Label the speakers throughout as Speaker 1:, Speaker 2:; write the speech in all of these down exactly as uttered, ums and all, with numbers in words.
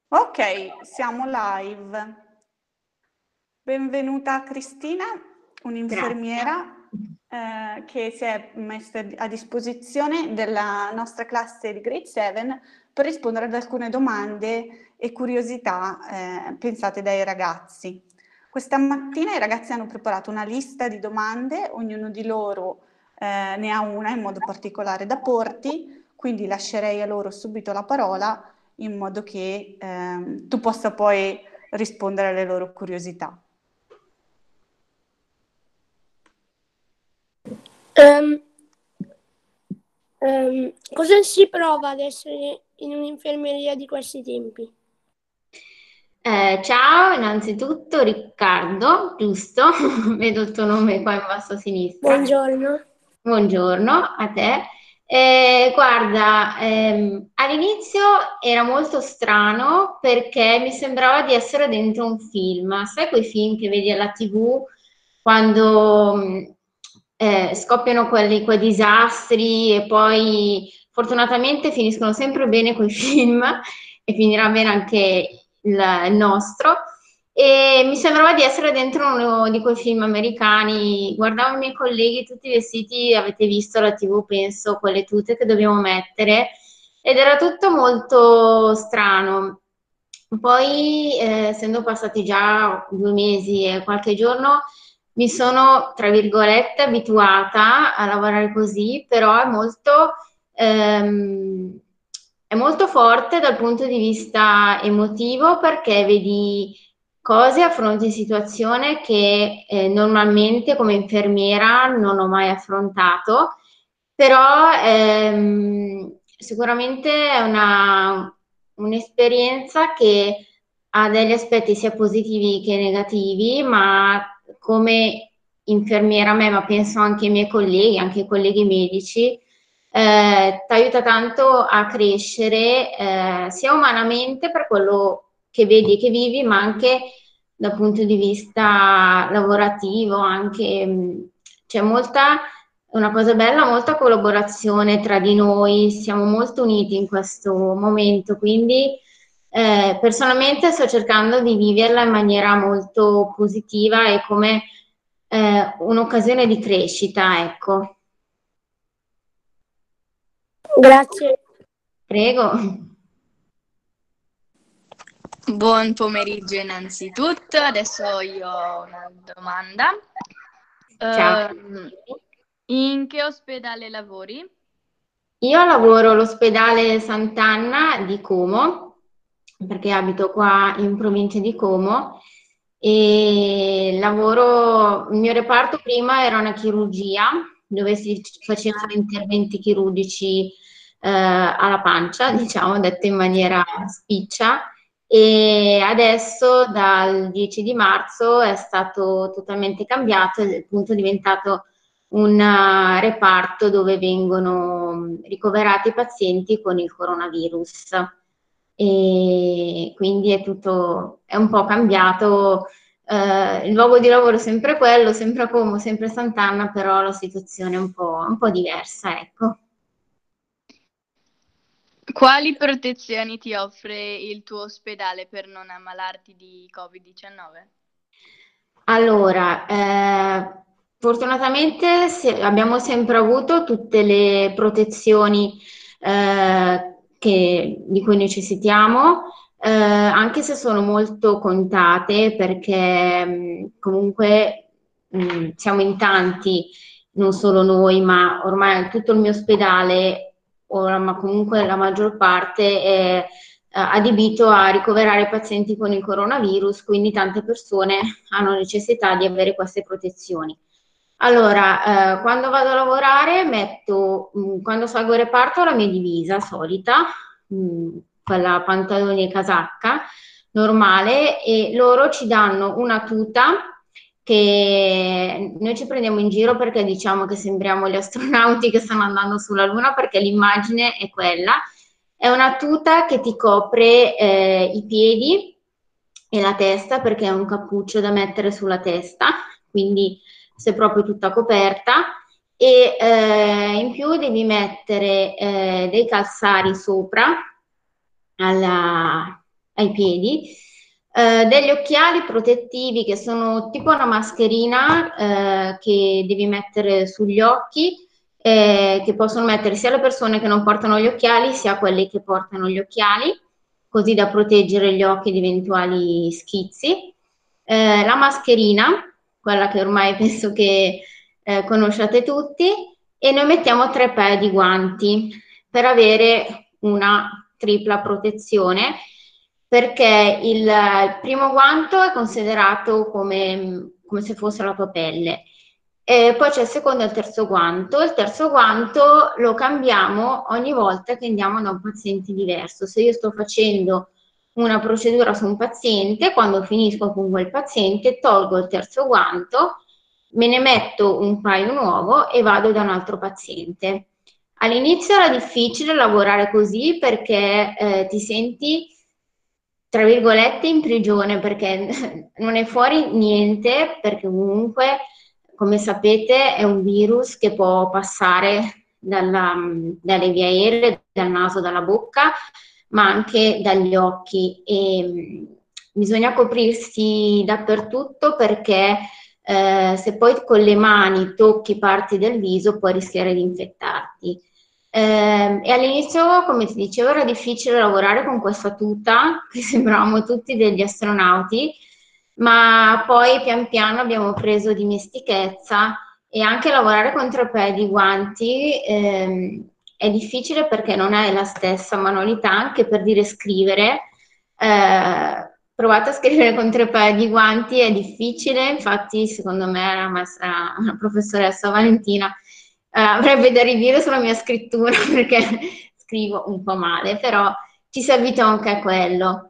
Speaker 1: Ok, siamo live. Benvenuta Cristina, un'infermiera eh, che si è messa a disposizione della nostra classe di Grade sette per rispondere ad alcune domande e curiosità eh, pensate dai ragazzi. Questa mattina i ragazzi hanno preparato una lista di domande, ognuno di loro eh, ne ha una in modo particolare da porti, quindi lascerei a loro subito la parola in modo che ehm, tu possa poi rispondere alle loro curiosità.
Speaker 2: Um, um, cosa si prova ad essere in un'infermeria di questi tempi?
Speaker 3: Eh, ciao, innanzitutto Riccardo, giusto? Vedo il tuo nome qua in basso a sinistra.
Speaker 2: Buongiorno.
Speaker 3: Buongiorno a te. Eh, guarda, ehm, all'inizio era molto strano perché mi sembrava di essere dentro un film. Sai quei film che vedi alla T V quando mh, eh, scoppiano quelli, quei disastri e poi fortunatamente finiscono sempre bene quei film e finirà bene anche il, il nostro. E mi sembrava di essere dentro uno di quei film americani, guardavo i miei colleghi tutti vestiti, avete visto la T V, penso, quelle tute che dobbiamo mettere, ed era tutto molto strano. Poi, eh, essendo passati già due mesi e qualche giorno, mi sono, tra virgolette, abituata a lavorare così, però è molto, ehm, è molto forte dal punto di vista emotivo perché vedi cose, affronti situazioni che eh, normalmente come infermiera non ho mai affrontato, però ehm, sicuramente è una, un'esperienza che ha degli aspetti sia positivi che negativi, ma come infermiera a me, ma penso anche ai miei colleghi, anche ai colleghi medici, eh, ti aiuta tanto a crescere eh, sia umanamente per quello che vedi e che vivi, ma anche dal punto di vista lavorativo, anche mh, c'è molta, una cosa bella, molta collaborazione tra di noi, siamo molto uniti in questo momento, quindi eh, personalmente sto cercando di viverla in maniera molto positiva e come eh, un'occasione di crescita, ecco.
Speaker 2: Grazie.
Speaker 3: Prego.
Speaker 4: Buon pomeriggio innanzitutto, adesso io ho una domanda.
Speaker 3: Ciao.
Speaker 4: Uh, in che ospedale lavori?
Speaker 3: Io lavoro all'ospedale Sant'Anna di Como, perché abito qua in provincia di Como e lavoro, il mio reparto prima era una chirurgia, dove si facevano interventi chirurgici eh, alla pancia, diciamo, detto in maniera spiccia, e adesso dal dieci di marzo è stato totalmente cambiato ed è appunto diventato un uh, reparto dove vengono ricoverati pazienti con il coronavirus. E quindi è tutto, è un po' cambiato. Eh, il luogo di lavoro è sempre quello, sempre a Como, sempre a Sant'Anna, però la situazione è un po', un po' diversa, ecco.
Speaker 4: Quali protezioni ti offre il tuo ospedale per non ammalarti di covid diciannove?
Speaker 3: Allora, eh, fortunatamente se- abbiamo sempre avuto tutte le protezioni eh, che- di cui necessitiamo, eh, anche se sono molto contate perché mh, comunque mh, siamo in tanti, non solo noi, ma ormai tutto il mio ospedale, ora, ma comunque la maggior parte è eh, adibito a ricoverare pazienti con il coronavirus, quindi tante persone hanno necessità di avere queste protezioni. Allora, eh, quando vado a lavorare, metto, mh, quando salgo in reparto, la mia divisa solita, mh, quella pantaloni e casacca normale, e loro ci danno una tuta che noi ci prendiamo in giro perché diciamo che sembriamo gli astronauti che stanno andando sulla Luna perché l'immagine è quella. È una tuta che ti copre eh, i piedi e la testa perché è un cappuccio da mettere sulla testa, quindi sei proprio tutta coperta e eh, in più devi mettere eh, dei calzari sopra alla, ai piedi, eh, degli occhiali protettivi che sono tipo una mascherina eh, che devi mettere sugli occhi, eh, che possono mettere sia le persone che non portano gli occhiali sia quelli che portano gli occhiali, così da proteggere gli occhi di eventuali schizzi. Eh, la mascherina, quella che ormai penso che eh, conosciate tutti, e noi mettiamo tre paia di guanti per avere una tripla protezione, perché il, il primo guanto è considerato come, come se fosse la tua pelle. E poi c'è il secondo e il terzo guanto. Il terzo guanto lo cambiamo ogni volta che andiamo da un paziente diverso. Se io sto facendo una procedura su un paziente, quando finisco con quel paziente tolgo il terzo guanto, me ne metto un paio nuovo e vado da un altro paziente. All'inizio era difficile lavorare così perché eh, ti senti, tra virgolette, in prigione, perché non è fuori niente, perché comunque, come sapete, è un virus che può passare dalla, dalle vie aeree, dal naso, dalla bocca, ma anche dagli occhi. E bisogna coprirsi dappertutto perché eh, se poi con le mani tocchi parti del viso puoi rischiare di infettarti. Eh, e all'inizio, come ti dicevo, era difficile lavorare con questa tuta, che sembravamo tutti degli astronauti, ma poi pian piano abbiamo preso dimestichezza e anche lavorare con tre paia di guanti ehm, è difficile perché non è la stessa manualità, anche per dire scrivere. Eh, provate a scrivere con tre paia di guanti, è difficile, infatti secondo me la, maestra, la professoressa Valentina eh, avrebbe da ridire sulla mia scrittura perché scrivo un po' male, però ci si abitua anche a quello.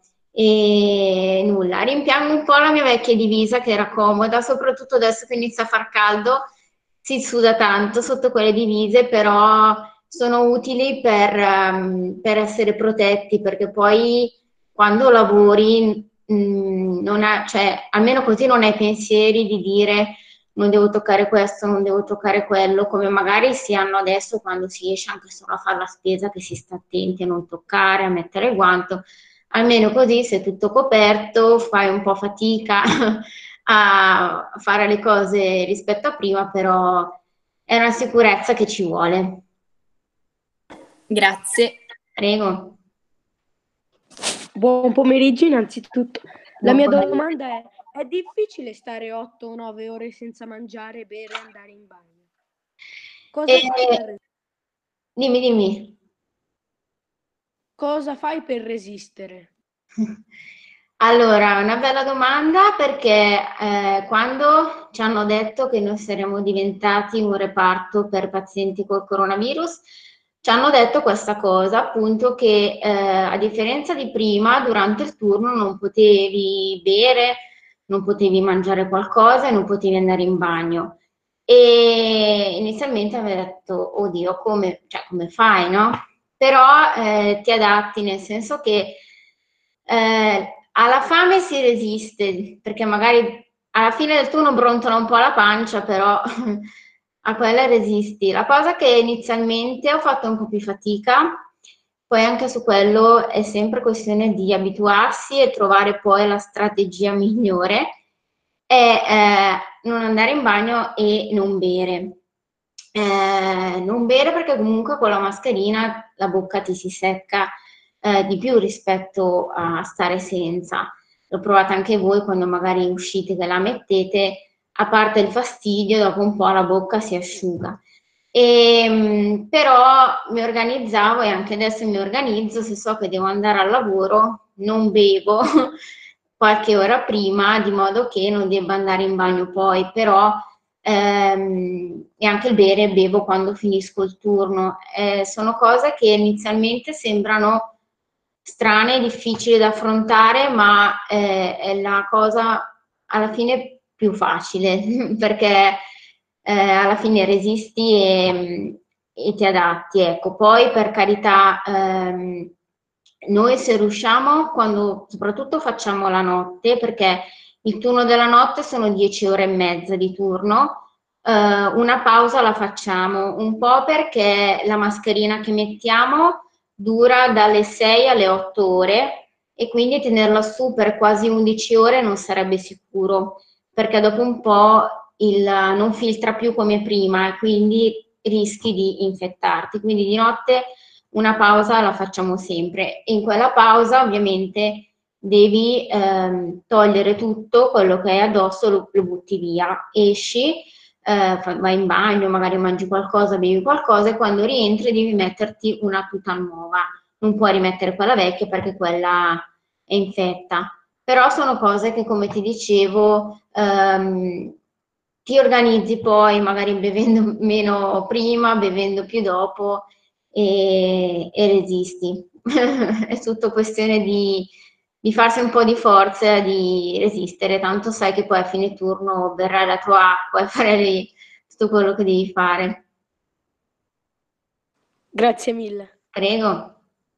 Speaker 3: E nulla, rimpiango un po' la mia vecchia divisa che era comoda, soprattutto adesso che inizia a far caldo, si suda tanto sotto quelle divise, però sono utili per, um, per essere protetti, perché poi quando lavori, mh, non ha, cioè, almeno così non hai pensieri di dire non devo toccare questo, non devo toccare quello, come magari si hanno adesso quando si esce anche solo a fare la spesa, che si sta attenti a non toccare, a mettere il guanto. Almeno così sei tutto coperto, fai un po' fatica a fare le cose rispetto a prima, però è una sicurezza che ci vuole.
Speaker 5: Grazie.
Speaker 3: Prego.
Speaker 2: Buon pomeriggio innanzitutto. La
Speaker 3: Buon
Speaker 2: mia
Speaker 3: pomeriggio.
Speaker 2: domanda è, è difficile stare otto o nove ore senza mangiare, bere e andare in bagno? Cosa
Speaker 3: E...
Speaker 2: fai per...
Speaker 3: Dimmi, dimmi.
Speaker 2: Cosa fai per resistere?
Speaker 3: Allora, una bella domanda perché eh, quando ci hanno detto che noi saremmo diventati un reparto per pazienti col coronavirus, ci hanno detto questa cosa, appunto che eh, a differenza di prima, durante il turno non potevi bere, non potevi mangiare qualcosa e non potevi andare in bagno. E inizialmente avevo detto, oddio, come, cioè, come fai, no? Però eh, ti adatti, nel senso che eh, alla fame si resiste, perché magari alla fine del turno brontola un po' la pancia, però a quella resisti. La cosa che inizialmente ho fatto un po' più fatica, poi anche su quello è sempre questione di abituarsi e trovare poi la strategia migliore, è eh, non andare in bagno e non bere. Eh, non bere perché comunque con la mascherina la bocca ti si secca eh, di più rispetto a stare senza. Lo provate anche voi quando magari uscite che la mettete, a parte il fastidio, dopo un po' la bocca si asciuga. E, però mi organizzavo e anche adesso mi organizzo, se so che devo andare al lavoro, non bevo qualche ora prima, di modo che non debba andare in bagno poi, però ehm, e anche il bere bevo quando finisco il turno. Eh, sono cose che inizialmente sembrano strane e difficili da affrontare, ma eh, è la cosa alla fine più facile perché eh, alla fine resisti e, e ti adatti. Ecco. Poi per carità, ehm, noi se riusciamo, quando soprattutto facciamo la notte, perché il turno della notte sono dieci ore e mezza di turno, eh, una pausa la facciamo, un po' perché la mascherina che mettiamo dura dalle sei alle otto ore, e quindi tenerla su per quasi undici ore non sarebbe sicuro, perché dopo un po' il, non filtra più come prima e quindi rischi di infettarti. Quindi di notte una pausa la facciamo sempre e in quella pausa ovviamente devi ehm, togliere tutto quello che hai addosso, lo, lo butti via, esci, eh, vai in bagno, magari mangi qualcosa, bevi qualcosa e quando rientri devi metterti una tuta nuova, non puoi rimettere quella vecchia perché quella è infetta. Però sono cose che, come ti dicevo, ehm, ti organizzi poi magari bevendo meno prima, bevendo più dopo e, e resisti. È tutto questione di, di farsi un po' di forza, di resistere, tanto sai che poi a fine turno berrai la tua acqua e farai tutto quello che devi fare.
Speaker 2: Grazie mille.
Speaker 3: Prego.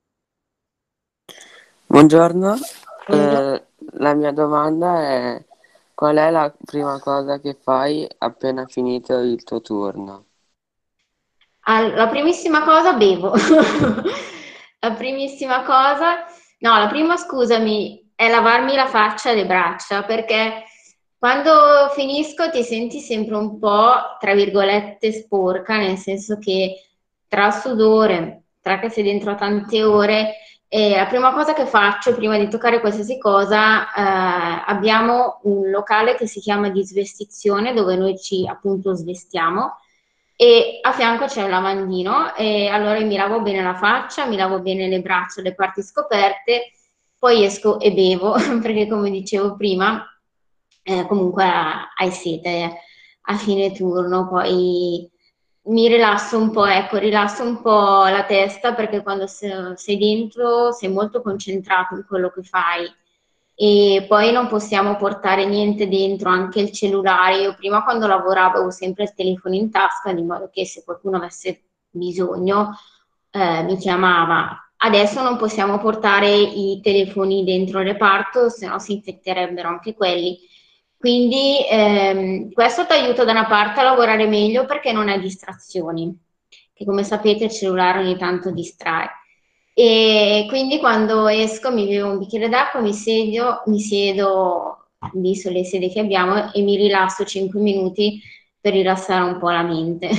Speaker 5: Buongiorno, eh, la mia domanda è: qual è la prima cosa che fai appena finito il tuo turno?
Speaker 3: Al- la primissima cosa bevo. La primissima cosa, no, la prima, scusami, è lavarmi la faccia e le braccia, perché quando finisco ti senti sempre un po', tra virgolette, sporca, nel senso che tra sudore, tra che sei dentro a tante ore, e la prima cosa che faccio prima di toccare qualsiasi cosa, eh, abbiamo un locale che si chiama di svestizione, dove noi ci appunto svestiamo e a fianco c'è un lavandino e allora mi lavo bene la faccia, mi lavo bene le braccia, le parti scoperte, poi esco e bevo perché come dicevo prima, eh, comunque hai sete a fine turno, poi mi rilasso un po', ecco, rilasso un po' la testa perché quando se- sei dentro sei molto concentrato in quello che fai e poi non possiamo portare niente dentro, anche il cellulare. Io prima quando lavoravo avevo sempre il telefono in tasca, di modo che se qualcuno avesse bisogno eh, mi chiamava. Adesso non possiamo portare i telefoni dentro il reparto, se no si infetterebbero anche quelli. Quindi ehm, questo ti aiuta da una parte a lavorare meglio perché non hai distrazioni, che come sapete il cellulare ogni tanto distrae. E quindi quando esco mi bevo un bicchiere d'acqua, mi sedio, mi siedo lì sulle sedie che abbiamo e mi rilasso cinque minuti per rilassare un po' la mente.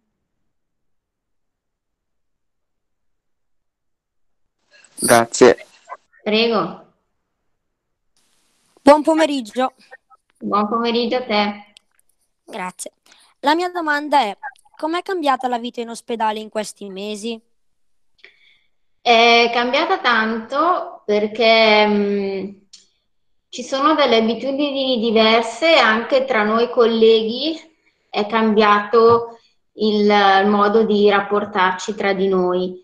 Speaker 5: Grazie.
Speaker 3: Prego,
Speaker 6: Buon pomeriggio,
Speaker 3: buon pomeriggio a te.
Speaker 6: grazie. La mia domanda è: com'è cambiata la vita in ospedale in questi mesi?
Speaker 3: È cambiata tanto perché mh, ci sono delle abitudini diverse, anche tra noi colleghi è cambiato il, il modo di rapportarci tra di noi.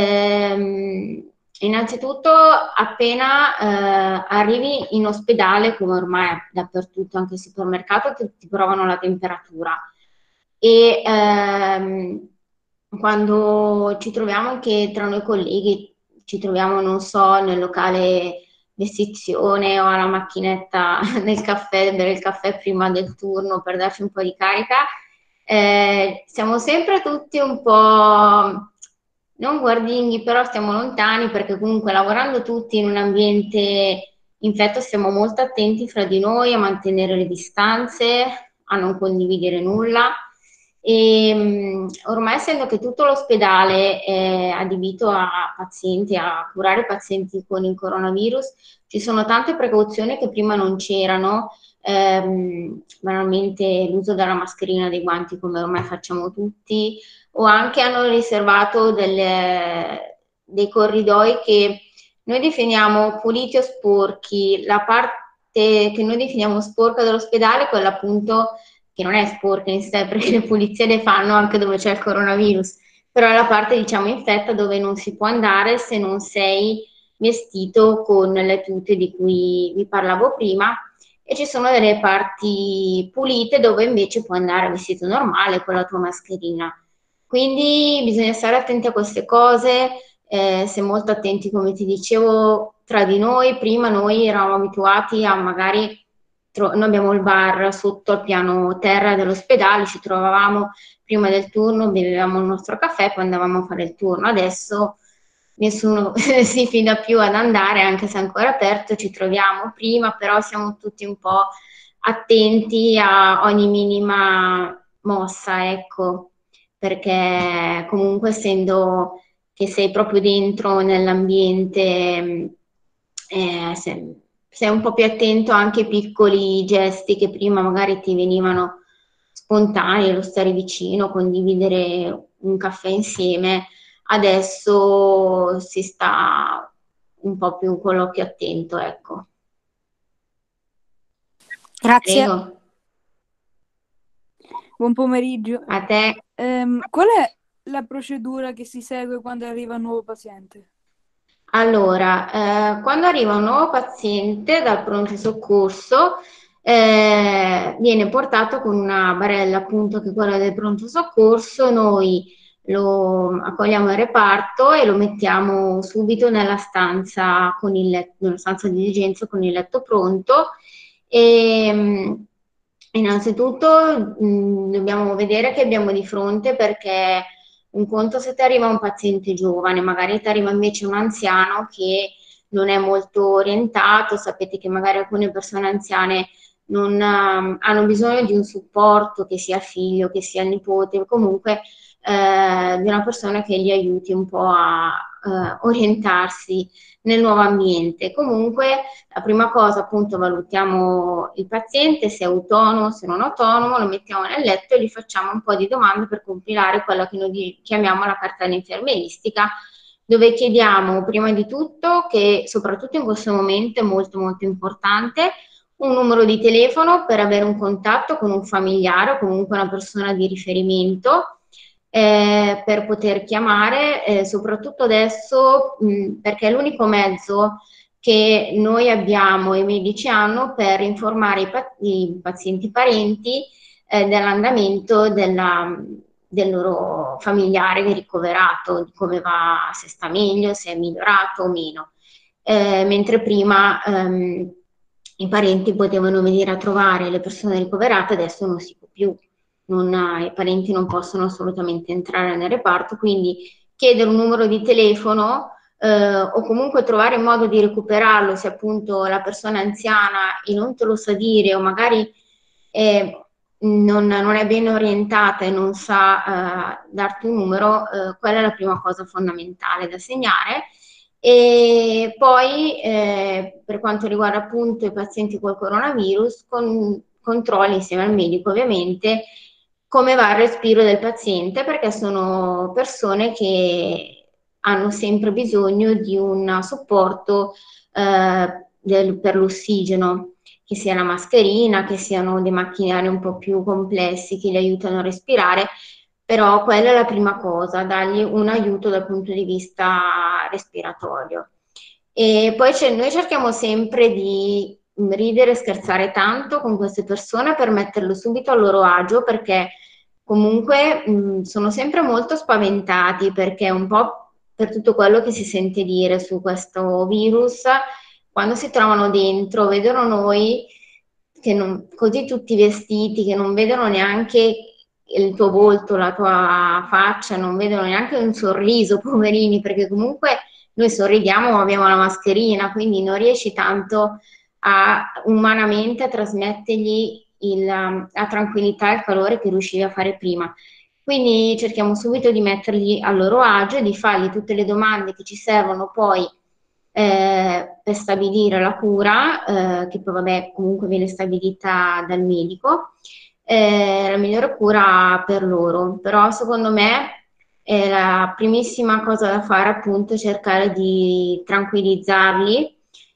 Speaker 3: Ehm, innanzitutto, appena eh, arrivi in ospedale, come ormai è dappertutto, anche al supermercato, ti, ti provano la temperatura e ehm, quando ci troviamo anche tra noi colleghi, ci troviamo, non so, nel locale vestizione o alla macchinetta del caffè, bere il caffè prima del turno per darci un po' di carica, eh, siamo sempre tutti un po' non guardinghi, però stiamo lontani perché comunque lavorando tutti in un ambiente infetto stiamo molto attenti fra di noi a mantenere le distanze, a non condividere nulla. E mh, ormai, essendo che tutto l'ospedale è adibito a pazienti, a curare pazienti con il coronavirus, ci sono tante precauzioni che prima non c'erano, ehm, banalmente l'uso della mascherina, dei guanti come ormai facciamo tutti, o anche hanno riservato delle, dei corridoi che noi definiamo puliti o sporchi. La parte che noi definiamo sporca dell'ospedale è quella appunto che non è sporca in sé, perché le pulizie le fanno anche dove c'è il coronavirus, però è la parte diciamo infetta dove non si può andare se non sei vestito con le tute di cui vi parlavo prima, e ci sono delle parti pulite dove invece puoi andare vestito normale con la tua mascherina. Quindi bisogna stare attenti a queste cose, eh, se molto attenti, come ti dicevo, tra di noi. Prima noi eravamo abituati a magari, tro- noi abbiamo il bar sotto al piano terra dell'ospedale, ci trovavamo prima del turno, bevevamo il nostro caffè, poi andavamo a fare il turno. Adesso nessuno si fida più ad andare, anche se è ancora aperto, ci troviamo prima, però siamo tutti un po' attenti a ogni minima mossa, ecco, perché comunque essendo che sei proprio dentro nell'ambiente, eh, se- sei un po' più attento anche ai piccoli gesti che prima magari ti venivano spontanei, lo stare vicino, condividere un caffè insieme, adesso si sta un po' più con l'occhio attento, ecco.
Speaker 6: Grazie.
Speaker 3: Prego,
Speaker 7: Buon pomeriggio.
Speaker 3: a te.
Speaker 7: Ehm, qual è la procedura che si segue quando arriva un nuovo paziente?
Speaker 3: Allora, eh, quando arriva un nuovo paziente dal pronto soccorso, eh, viene portato con una barella, appunto, che è quella del pronto soccorso. Noi lo accogliamo in reparto e lo mettiamo subito nella stanza, con il letto, nella stanza di diligenza con il letto pronto. E, mh, innanzitutto mh, dobbiamo vedere che abbiamo di fronte, perché un conto se ti arriva un paziente giovane, magari ti arriva invece un anziano che non è molto orientato, sapete che magari alcune persone anziane non um, hanno bisogno di un supporto, che sia il figlio, che sia il nipote, comunque eh, di una persona che li aiuti un po' a eh, orientarsi nel nuovo ambiente. Comunque la prima cosa, appunto, valutiamo il paziente, se è autonomo, se non è autonomo, lo mettiamo nel letto e gli facciamo un po' di domande per compilare quella che noi chiamiamo la cartella infermieristica, dove chiediamo prima di tutto, che soprattutto in questo momento è molto molto importante, un numero di telefono per avere un contatto con un familiare o comunque una persona di riferimento, eh, per poter chiamare, eh, soprattutto adesso, mh, perché è l'unico mezzo che noi abbiamo e i medici hanno per informare i, pa- i pazienti parenti eh, dell'andamento della, del loro familiare ricoverato, di come va, se sta meglio, se è migliorato o meno. Eh, mentre prima ehm, i parenti potevano venire a trovare le persone ricoverate, adesso non si può più. Non, i parenti non possono assolutamente entrare nel reparto, quindi chiedere un numero di telefono eh, o comunque trovare il modo di recuperarlo se appunto la persona è anziana e non te lo sa dire, o magari eh, non, non è ben orientata e non sa eh, darti un numero, eh, quella è la prima cosa fondamentale da segnare. E poi eh, per quanto riguarda appunto i pazienti col coronavirus, con, controlli insieme al medico ovviamente come va il respiro del paziente, perché sono persone che hanno sempre bisogno di un supporto eh, del, per l'ossigeno, che sia la mascherina, che siano dei macchinari un po' più complessi che li aiutano a respirare, però quella è la prima cosa, dargli un aiuto dal punto di vista respiratorio. E poi noi cerchiamo sempre di ridere e scherzare tanto con queste persone per metterlo subito a loro agio, perché comunque mh, sono sempre molto spaventati, perché un po' per tutto quello che si sente dire su questo virus, quando si trovano dentro, vedono noi che non, così tutti vestiti, che non vedono neanche il tuo volto, la tua faccia, non vedono neanche un sorriso, poverini, perché comunque noi sorridiamo ma abbiamo la mascherina, quindi non riesci tanto a umanamente a trasmettergli il, la tranquillità e il calore che riuscivi a fare prima. Quindi cerchiamo subito di metterli a loro agio e di fargli tutte le domande che ci servono poi eh, per stabilire la cura, eh, che poi vabbè comunque viene stabilita dal medico, eh, la migliore cura per loro. Però secondo me eh, la primissima cosa da fare appunto è cercare di tranquillizzarli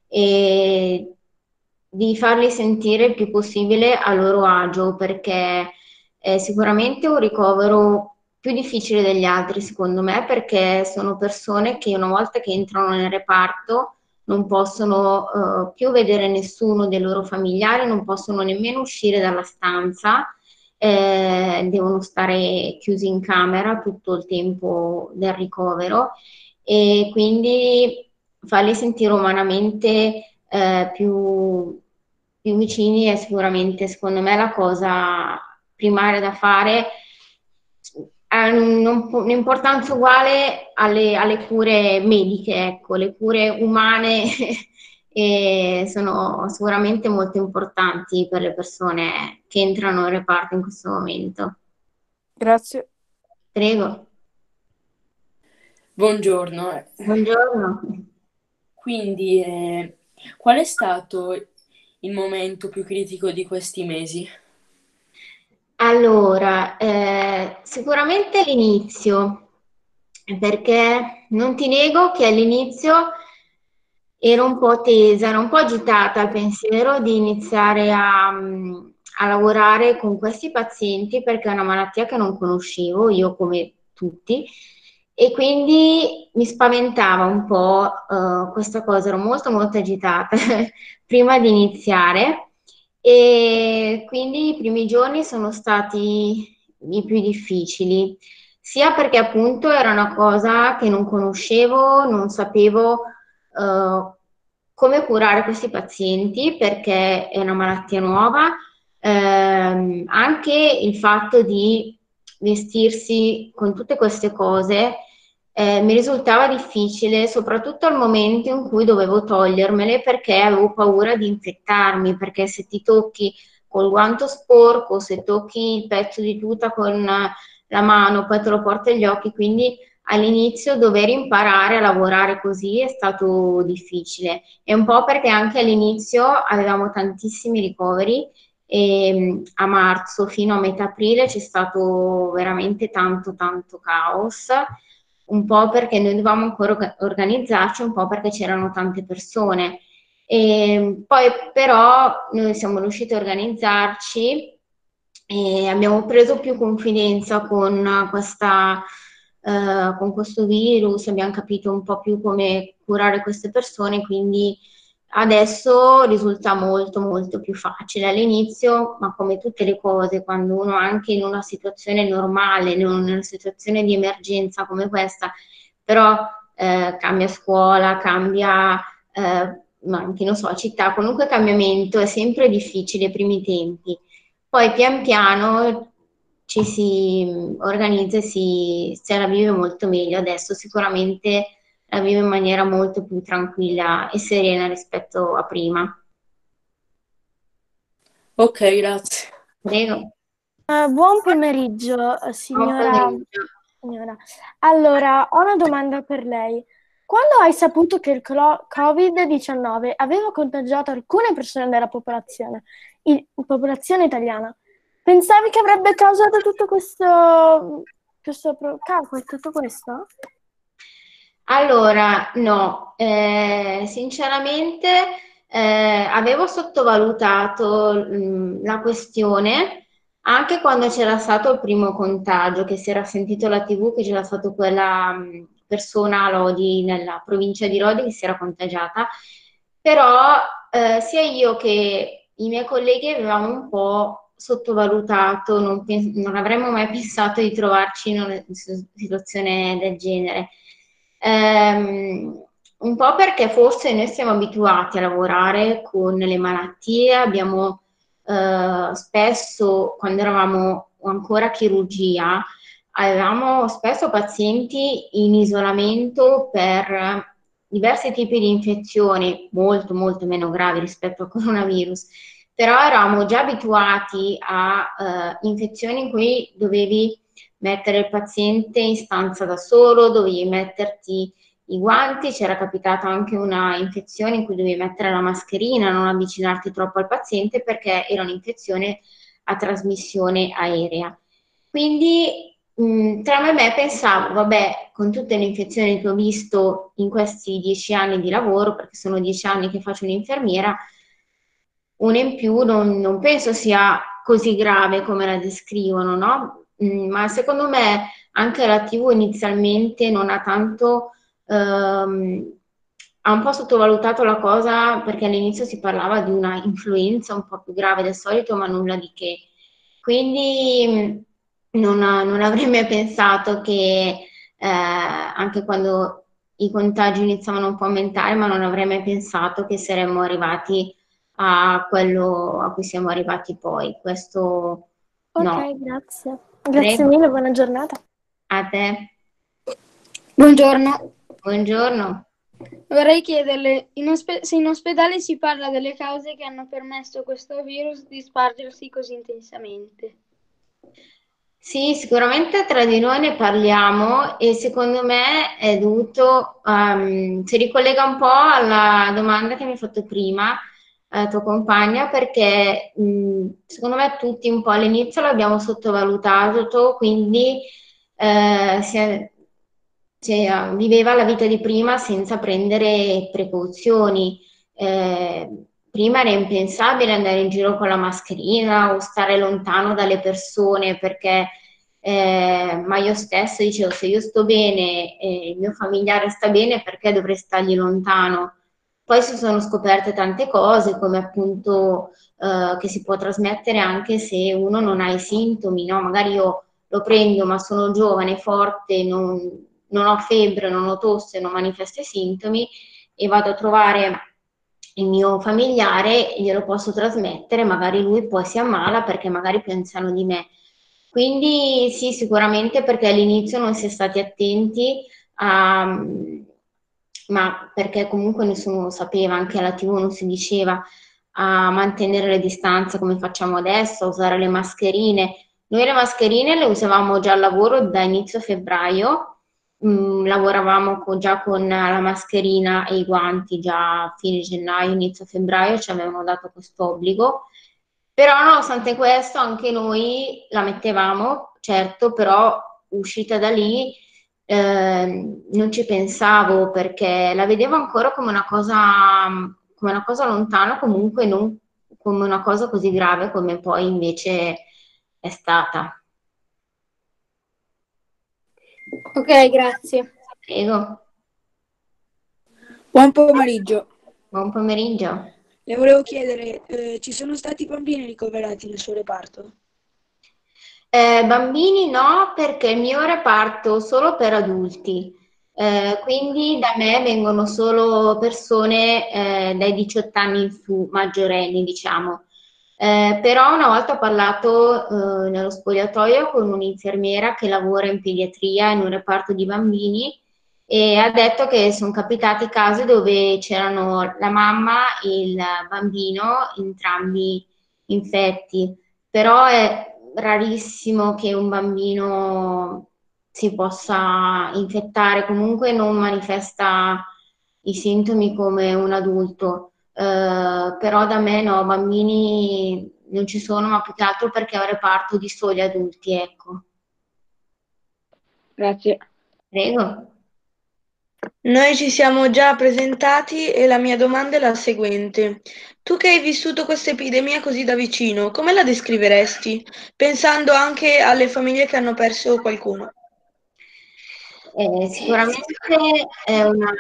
Speaker 3: e di farli sentire il più possibile a loro agio, perché è sicuramente un ricovero più difficile degli altri, secondo me, perché sono persone che una volta che entrano nel reparto non possono eh, più vedere nessuno dei loro familiari, non possono nemmeno uscire dalla stanza, eh, devono stare chiusi in camera tutto il tempo del ricovero, e quindi farli sentire umanamente eh, più, più vicini è sicuramente, secondo me, la cosa primaria da fare, ha un- un'importanza uguale alle, alle cure mediche, ecco, le cure umane e sono sicuramente molto importanti per le persone che entrano in reparto in questo momento.
Speaker 7: Grazie.
Speaker 3: Prego,
Speaker 8: Buongiorno.
Speaker 3: buongiorno.
Speaker 8: Quindi, eh, qual è stato il momento più critico di questi mesi?
Speaker 3: Allora, eh, sicuramente l'inizio, perché non ti nego che all'inizio ero un po' tesa, ero un po' agitata al pensiero di iniziare a, a lavorare con questi pazienti perché è una malattia che non conoscevo, io come tutti, e quindi mi spaventava un po' eh, questa cosa, ero molto molto agitata prima di iniziare e quindi i primi giorni sono stati i più difficili, sia perché appunto era una cosa che non conoscevo, non sapevo eh, come curare questi pazienti perché è una malattia nuova, ehm, anche il fatto di vestirsi con tutte queste cose eh, mi risultava difficile, soprattutto al momento in cui dovevo togliermele perché avevo paura di infettarmi, perché se ti tocchi col guanto sporco, se tocchi il pezzo di tuta con la mano, poi te lo porti agli occhi, quindi all'inizio dover imparare a lavorare così è stato difficile e un po' perché anche all'inizio avevamo tantissimi ricoveri e a marzo fino a metà aprile c'è stato veramente tanto tanto caos, un po' perché noi dovevamo ancora organizzarci, un po' perché c'erano tante persone. E poi però noi siamo riusciti a organizzarci e abbiamo preso più confidenza con questa eh, con questo virus, abbiamo capito un po' più come curare queste persone, quindi adesso risulta molto molto più facile. All'inizio, ma come tutte le cose, quando uno anche in una situazione normale, in una situazione di emergenza come questa, però eh, cambia scuola, cambia eh, ma anche, non so, città, qualunque cambiamento è sempre difficile ai primi tempi. Poi pian piano ci si organizza e si, se la vive molto meglio. Adesso sicuramente la vivo in maniera molto più tranquilla e serena rispetto a prima.
Speaker 8: Ok, grazie.
Speaker 3: Prego.
Speaker 9: Eh, buon pomeriggio, eh, signora.
Speaker 3: Buon pomeriggio.
Speaker 9: signora. Allora, ho una domanda per lei. Quando hai saputo che il clo- covid diciannove aveva contagiato alcune persone della popolazione, i- popolazione italiana, pensavi che avrebbe causato tutto questo, questo pro- caos, tutto questo?
Speaker 3: Allora, no, eh, sinceramente eh, avevo sottovalutato mh, la questione anche quando c'era stato il primo contagio, che si era sentito la tivù che c'era stata quella mh, persona a Lodi, nella provincia di Lodi, che si era contagiata, però eh, sia io che i miei colleghi avevamo un po' sottovalutato, non, pens- non avremmo mai pensato di trovarci in una situazione del genere. Ehm, un po' perché forse noi siamo abituati a lavorare con le malattie, abbiamo eh, spesso, quando eravamo ancora a chirurgia, avevamo spesso pazienti in isolamento per diversi tipi di infezioni, molto molto meno gravi rispetto al coronavirus, però eravamo già abituati a eh, infezioni in cui dovevi mettere il paziente in stanza da solo, dovevi metterti i guanti, c'era capitata anche una infezione in cui dovevi mettere la mascherina, non avvicinarti troppo al paziente perché era un'infezione a trasmissione aerea. Quindi mh, tra me e me pensavo, vabbè, con tutte le infezioni che ho visto in questi dieci anni di lavoro, perché sono dieci anni che faccio un'infermiera, una in più non, non penso sia così grave come la descrivono, no? Mm, ma secondo me anche la tivù inizialmente non ha tanto, ehm, ha un po' sottovalutato la cosa perché all'inizio si parlava di una influenza un po' più grave del solito, ma nulla di che. Quindi mh, non, non avrei mai pensato che eh, anche quando i contagi iniziavano un po' a aumentare, ma non avrei mai pensato che saremmo arrivati a quello a cui siamo arrivati poi. Questo
Speaker 9: Ok,
Speaker 3: no.
Speaker 9: grazie. Grazie
Speaker 3: Prego.
Speaker 9: mille, buona giornata.
Speaker 3: A te.
Speaker 10: Buongiorno.
Speaker 3: Buongiorno.
Speaker 10: Vorrei chiederle in ospe- se in ospedale si parla delle cause che hanno permesso a questo virus di spargersi così intensamente.
Speaker 3: Sì, sicuramente tra di noi ne parliamo e secondo me è dovuto, um, si ricollega un po' alla domanda che mi hai fatto prima, eh, tua compagna, perché mh, secondo me tutti un po' all'inizio l'abbiamo sottovalutato, quindi eh, si è- si è- viveva la vita di prima senza prendere precauzioni. Eh, Prima era impensabile andare in giro con la mascherina o stare lontano dalle persone perché, eh, ma io stesso dicevo, se io sto bene e il mio familiare sta bene, perché dovrei stargli lontano? Poi si sono scoperte tante cose, come appunto eh, che si può trasmettere anche se uno non ha i sintomi, no? Magari io lo prendo, ma sono giovane, forte, non, non ho febbre, non ho tosse, non manifesto i sintomi e vado a trovare il mio familiare, glielo posso trasmettere, magari lui poi si ammala perché magari è più anziano di me. Quindi sì, sicuramente perché all'inizio non si è stati attenti a, ma perché comunque nessuno lo sapeva, anche alla tivù non si diceva a mantenere le distanze come facciamo adesso, a usare le mascherine. Noi le mascherine le usavamo già al lavoro da inizio febbraio, mm, lavoravamo co- già con la mascherina e i guanti già a fine gennaio, inizio febbraio, ci avevano dato questo obbligo. Però nonostante questo anche noi la mettevamo, certo, però uscita da lì eh, non ci pensavo perché la vedevo ancora come una cosa, come una cosa lontana, comunque non come una cosa così grave come poi invece è stata.
Speaker 10: Ok, grazie.
Speaker 3: Prego,
Speaker 2: Buon pomeriggio.
Speaker 3: buon pomeriggio.
Speaker 2: Le volevo chiedere, eh, ci sono stati bambini ricoverati nel suo reparto?
Speaker 3: Eh, bambini no, perché il mio reparto solo per adulti, eh, quindi da me vengono solo persone eh, dai diciotto anni in su, maggiorenni, diciamo. Eh, però una volta ho parlato eh, nello spogliatoio con un'infermiera che lavora in pediatria in un reparto di bambini e ha detto che sono capitati casi dove c'erano la mamma e il bambino, entrambi infetti, però è rarissimo che un bambino si possa infettare, comunque non manifesta i sintomi come un adulto. Eh, però da me no, bambini non ci sono, ma più che altro perché è un reparto di soli adulti, ecco.
Speaker 2: Grazie.
Speaker 3: Prego.
Speaker 11: Noi ci siamo già presentati e la mia domanda è la seguente. Tu che hai vissuto questa epidemia così da vicino, come la descriveresti? Pensando anche alle famiglie che hanno perso qualcuno.
Speaker 3: Eh, sicuramente è una,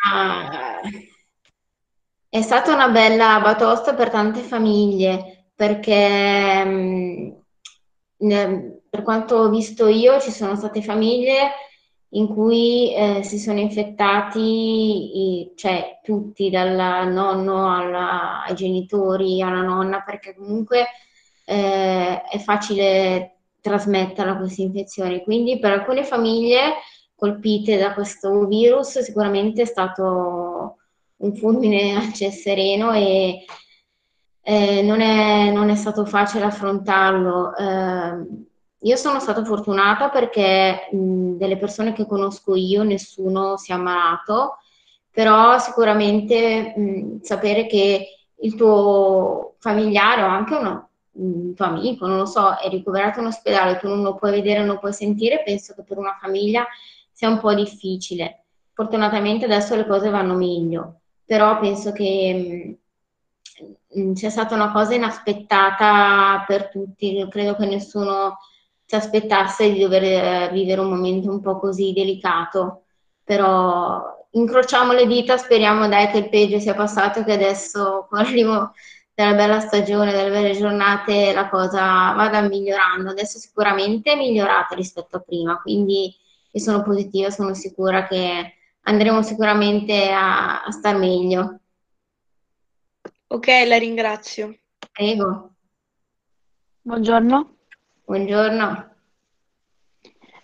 Speaker 3: è stata una bella batosta per tante famiglie, perché mh, ne- per quanto ho visto io ci sono state famiglie in cui eh, si sono infettati, i- cioè tutti, dal nonno alla- ai genitori, alla nonna, perché comunque eh, è facile trasmetterla questa infezione. Quindi per alcune famiglie colpite da questo virus sicuramente è stato un fulmine a ciel sereno e eh, non è, non è stato facile affrontarlo. Eh, io sono stata fortunata perché mh, delle persone che conosco io nessuno si è ammalato, però sicuramente mh, sapere che il tuo familiare o anche uno, un tuo amico, non lo so, è ricoverato in ospedale, tu non lo puoi vedere, non lo puoi sentire, penso che per una famiglia sia un po' difficile. Fortunatamente adesso le cose vanno meglio, però penso che mh, mh, sia stata una cosa inaspettata per tutti. Io credo che nessuno si aspettasse di dover eh, vivere un momento un po' così delicato, però incrociamo le dita, speriamo dai che il peggio sia passato e che adesso con l'arrivo della bella stagione, delle belle giornate, la cosa vada migliorando. Adesso sicuramente è migliorata rispetto a prima, quindi io sono positiva, sono sicura che andremo sicuramente a, a star meglio.
Speaker 11: Ok, la ringrazio.
Speaker 3: Prego,
Speaker 12: Buongiorno.
Speaker 3: buongiorno.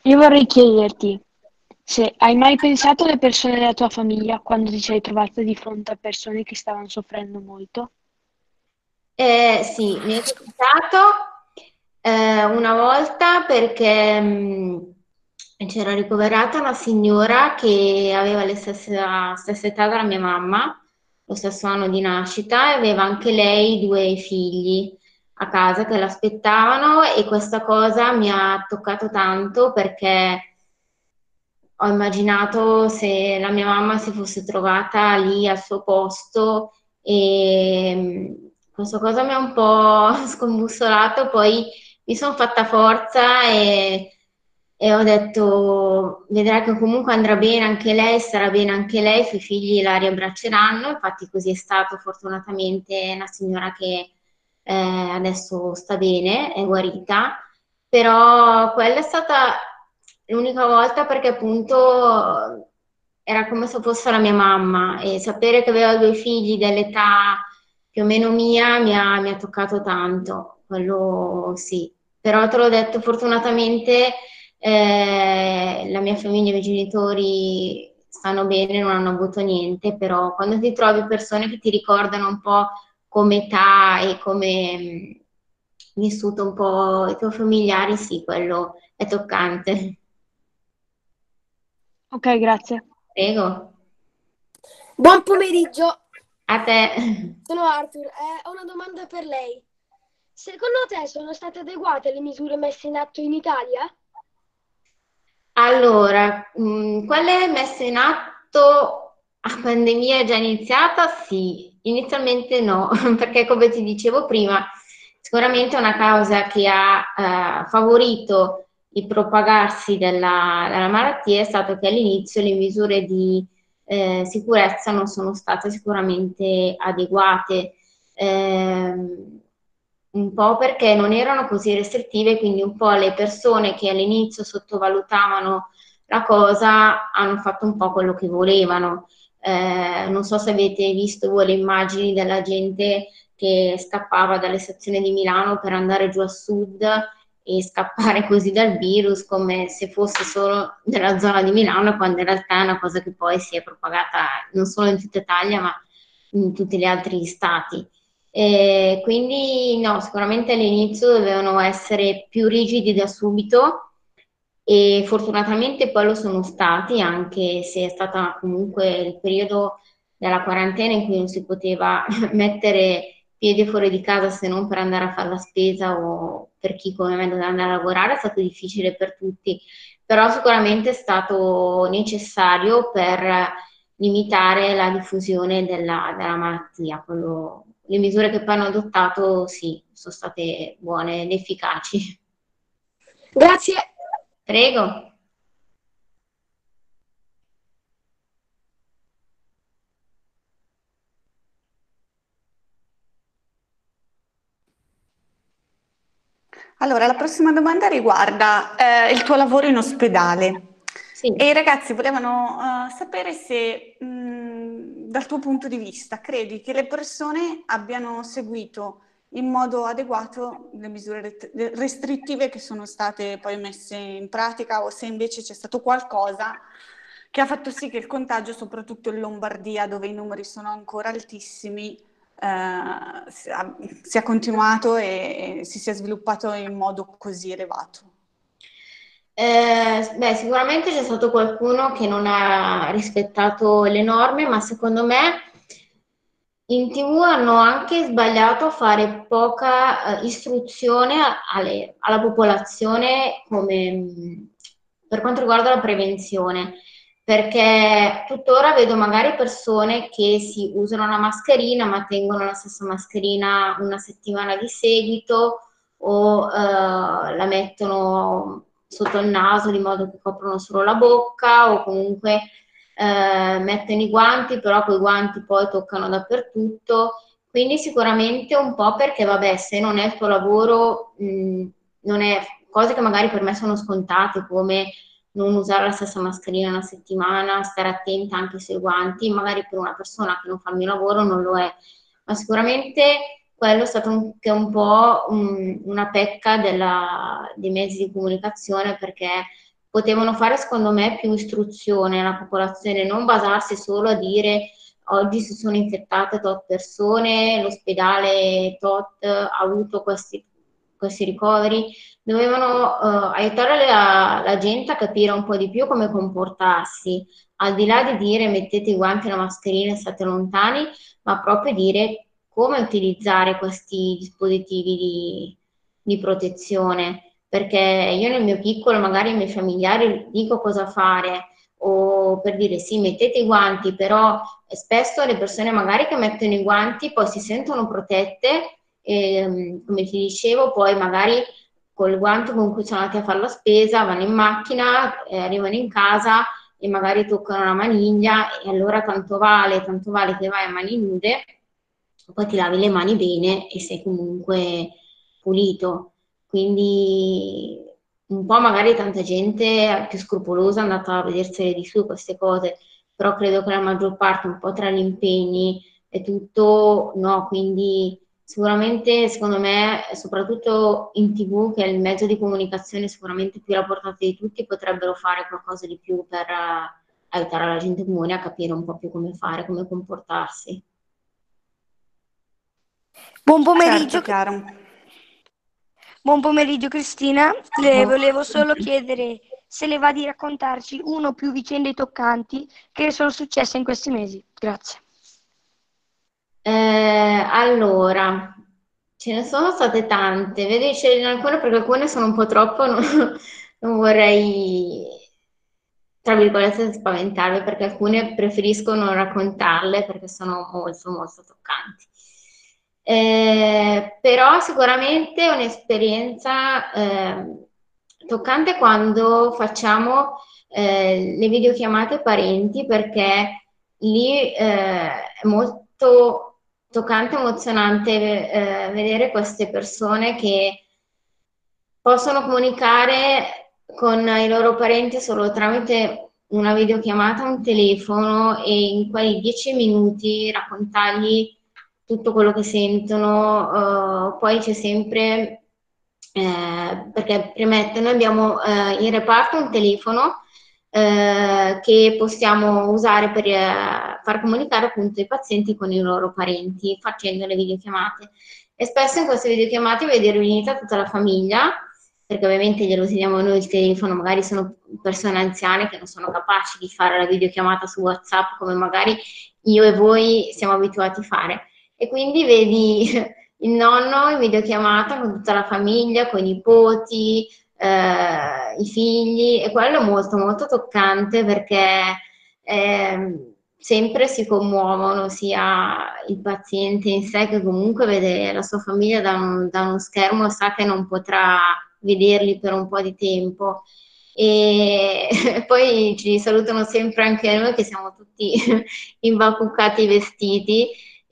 Speaker 12: Io vorrei chiederti se hai mai pensato alle persone della tua famiglia quando ti sei trovata di fronte a persone che stavano soffrendo molto?
Speaker 3: Eh, sì, mi è capitato eh, una volta perché mh, c'era ricoverata una signora che aveva la stessa, stessa età della mia mamma, lo stesso anno di nascita, e aveva anche lei due figli a casa che l'aspettavano e questa cosa mi ha toccato tanto perché ho immaginato se la mia mamma si fosse trovata lì al suo posto e mh, questa cosa mi ha un po' scombussolato, poi mi sono fatta forza e, e ho detto, vedrai che comunque andrà bene anche lei, starà bene anche lei, i suoi figli la riabbracceranno, infatti così è stato, fortunatamente è una signora che eh, adesso sta bene, è guarita, però quella è stata l'unica volta perché appunto era come se fosse la mia mamma e sapere che aveva due figli dell'età più o meno mia mi ha, mi ha toccato tanto, quello sì. Però te l'ho detto, fortunatamente eh, la mia famiglia, i miei genitori stanno bene, non hanno avuto niente, però quando ti trovi persone che ti ricordano un po' come età e come mh, vissuto un po' i tuoi familiari, sì, quello è toccante.
Speaker 12: Ok, grazie.
Speaker 3: Prego.
Speaker 13: Buon pomeriggio,
Speaker 3: A te.
Speaker 13: sono Arthur. Eh, ho una domanda per lei. Secondo te sono state adeguate le misure messe in atto in Italia?
Speaker 3: Allora, mh, quelle messe in atto a pandemia già iniziata? Sì, inizialmente no, perché come ti dicevo prima, sicuramente è una causa che ha eh, favorito il propagarsi della, della malattia è stato che all'inizio le misure di eh, sicurezza non sono state sicuramente adeguate. Ehm, un po' perché non erano così restrittive, quindi un po' le persone che all'inizio sottovalutavano la cosa hanno fatto un po' quello che volevano. Eh, non so se avete visto voi le immagini della gente che scappava dalle stazioni di Milano per andare giù a sud e scappare così dal virus come se fosse solo nella zona di Milano, quando in realtà è una cosa che poi si è propagata non solo in tutta Italia, ma in tutti gli altri stati. E quindi no, sicuramente all'inizio dovevano essere più rigidi da subito e fortunatamente poi lo sono stati, anche se è stato comunque il periodo della quarantena in cui non si poteva mettere piede fuori di casa se non per andare a fare la spesa o per chi come me doveva andare a lavorare, è stato difficile per tutti, però sicuramente è stato necessario per limitare la diffusione della, della malattia. Quello- le misure che poi hanno adottato, sì, sono state buone ed efficaci.
Speaker 13: Grazie.
Speaker 3: Prego.
Speaker 1: Allora, la prossima domanda riguarda eh, il tuo lavoro in ospedale.
Speaker 3: Sì.
Speaker 1: E i ragazzi volevano eh, sapere se, mh, dal tuo punto di vista, credi che le persone abbiano seguito in modo adeguato le misure ret- restrittive che sono state poi messe in pratica o se invece c'è stato qualcosa che ha fatto sì che il contagio, soprattutto in Lombardia, dove i numeri sono ancora altissimi, eh, sia, sia continuato e, e si sia sviluppato in modo così elevato.
Speaker 3: Eh, beh, sicuramente c'è stato qualcuno che non ha rispettato le norme, ma secondo me in T V hanno anche sbagliato a fare poca eh, istruzione a- alle- alla popolazione come, mh, per quanto riguarda la prevenzione, perché tuttora vedo magari persone che si usano una mascherina ma tengono la stessa mascherina una settimana di seguito o eh, la mettono sotto il naso di modo che coprono solo la bocca o comunque eh, mettono i guanti, però quei guanti poi toccano dappertutto, quindi sicuramente un po' perché, vabbè, se non è il tuo lavoro, mh, non è cose che magari per me sono scontate, come non usare la stessa mascherina una settimana, stare attenta anche sui guanti, magari per una persona che non fa il mio lavoro non lo è, ma sicuramente quello è stato un, che è un po' un- una pecca della- dei mezzi di comunicazione perché potevano fare secondo me più istruzione alla popolazione, non basarsi solo a dire oggi si sono infettate tot persone, l'ospedale tot ha avuto questi, questi ricoveri. Dovevano eh, aiutare la, la gente a capire un po' di più come comportarsi, al di là di dire mettete i guanti e la mascherina e state lontani, ma proprio dire come utilizzare questi dispositivi di, di protezione, perché io nel mio piccolo, magari ai miei familiari, dico cosa fare, o per dire sì, mettete i guanti, però spesso le persone magari che mettono i guanti poi si sentono protette, e, come ti dicevo, poi magari col guanto con cui sono andati a fare la spesa, vanno in macchina, eh, arrivano in casa e magari toccano la maniglia, e allora tanto vale, tanto vale che vai a mani nude, poi ti lavi le mani bene e sei comunque pulito. Quindi un po' magari tanta gente più scrupolosa è andata a vedersele di su queste cose, però credo che la maggior parte, un po' tra gli impegni e tutto, no, quindi sicuramente secondo me, soprattutto in tivù, che è il mezzo di comunicazione sicuramente più alla portata di tutti, potrebbero fare qualcosa di più per eh, aiutare la gente comune a capire un po' più come fare, come comportarsi.
Speaker 6: Buon pomeriggio.
Speaker 1: Certo, chiaro.
Speaker 6: Buon pomeriggio Cristina, le volevo solo chiedere se le va di raccontarci uno o più vicende toccanti che sono successe in questi mesi. Grazie.
Speaker 3: Eh, allora, ce ne sono state tante, vedo in alcune perché alcune sono un po' troppo, non, non vorrei, tra virgolette, spaventarvi, perché alcune preferisco non raccontarle perché sono molto molto toccanti. Eh, però sicuramente è un'esperienza eh, toccante quando facciamo eh, le videochiamate parenti, perché lì eh, è molto toccante, emozionante eh, vedere queste persone che possono comunicare con i loro parenti solo tramite una videochiamata, un telefono, e in quei dieci minuti raccontargli tutto quello che sentono. Uh, poi c'è sempre, eh, perché premetto, noi abbiamo eh, in reparto un telefono eh, che possiamo usare per eh, far comunicare appunto i pazienti con i loro parenti facendo le videochiamate, e spesso in queste videochiamate vede riunita tutta la famiglia, perché ovviamente glielo teniamo noi il telefono, magari sono persone anziane che non sono capaci di fare la videochiamata su WhatsApp come magari io e voi siamo abituati a fare. E quindi vedi il nonno in videochiamata con tutta la famiglia, con i nipoti, eh, i figli, e quello è molto molto toccante, perché eh, sempre si commuovono sia il paziente in sé, che comunque vede la sua famiglia da, un, da uno schermo e sa che non potrà vederli per un po' di tempo. E poi ci salutano sempre anche noi che siamo tutti imbacuccati vestiti.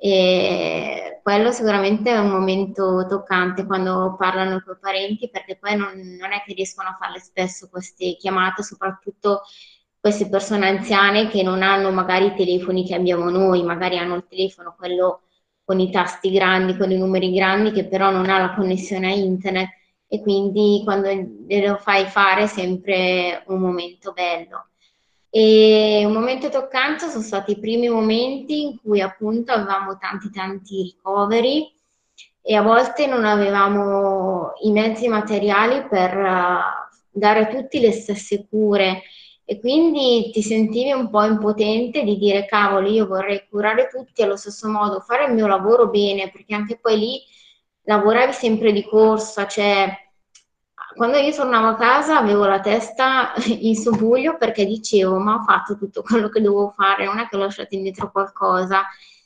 Speaker 3: E quello sicuramente è un momento toccante quando parlano con i parenti, perché poi non, non è che riescono a farle spesso queste chiamate, soprattutto queste persone anziane che non hanno magari i telefoni che abbiamo noi, magari hanno il telefono quello con i tasti grandi, con i numeri grandi, che però non ha la connessione a internet, e quindi quando glielo fai fare è sempre un momento bello. E un momento toccante sono stati i primi momenti in cui appunto avevamo tanti tanti ricoveri e a volte non avevamo i mezzi materiali per uh, dare a tutti le stesse cure, e quindi ti sentivi un po' impotente di dire cavolo, io vorrei curare tutti allo stesso modo, fare il mio lavoro bene, perché anche poi lì lavoravi sempre di corsa, cioè quando io tornavo a casa avevo la testa in subbuglio, perché dicevo ma ho fatto tutto quello che dovevo fare, non è che ho lasciato indietro qualcosa.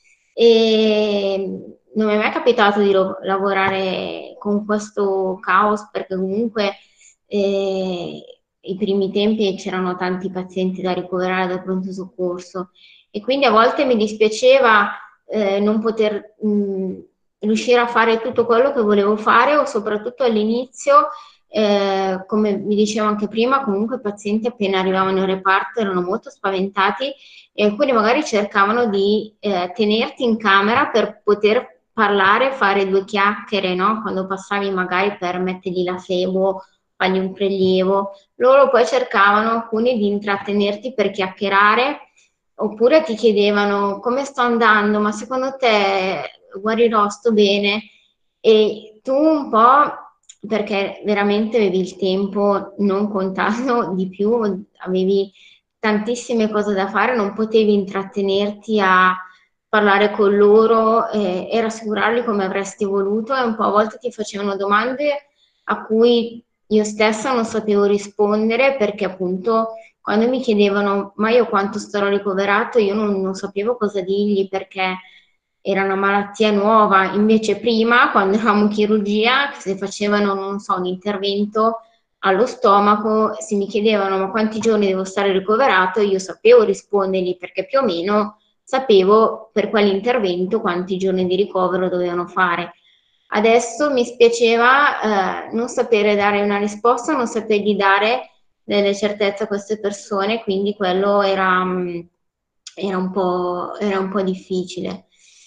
Speaker 3: E non mi è mai capitato di lo- lavorare con questo caos, perché comunque eh, i primi tempi c'erano tanti pazienti da ricoverare dal pronto soccorso, e quindi a volte mi dispiaceva eh, non poter mh, riuscire a fare tutto quello che volevo fare, o soprattutto all'inizio. Eh, come vi dicevo anche prima, comunque i pazienti appena arrivavano in reparto erano molto spaventati, e alcuni magari cercavano di eh, tenerti in camera per poter parlare, fare due chiacchiere, no? Quando passavi magari per mettergli la sebo fargli un prelievo. Loro poi cercavano alcuni di intrattenerti per chiacchierare, oppure ti chiedevano come sto andando, ma secondo te guarirò, sto bene? E tu un po', perché veramente avevi il tempo non contato di più, avevi tantissime cose da fare, non potevi intrattenerti a parlare con loro eh, e rassicurarli come avresti voluto, e un po' a volte ti facevano domande a cui io stessa non sapevo rispondere, perché appunto quando mi chiedevano ma io quanto starò ricoverato, io non, non sapevo cosa dirgli, perché era una malattia nuova. Invece prima, quando eravamo in chirurgia, se facevano, non so, un intervento allo stomaco, se mi chiedevano ma quanti giorni devo stare ricoverato, io sapevo rispondergli, perché più o meno sapevo per quell'intervento quanti giorni di ricovero dovevano fare. Adesso mi spiaceva eh, non sapere dare una risposta, non sapergli dare delle certezze a queste persone, quindi quello era, mm, era un po', era un po' difficile.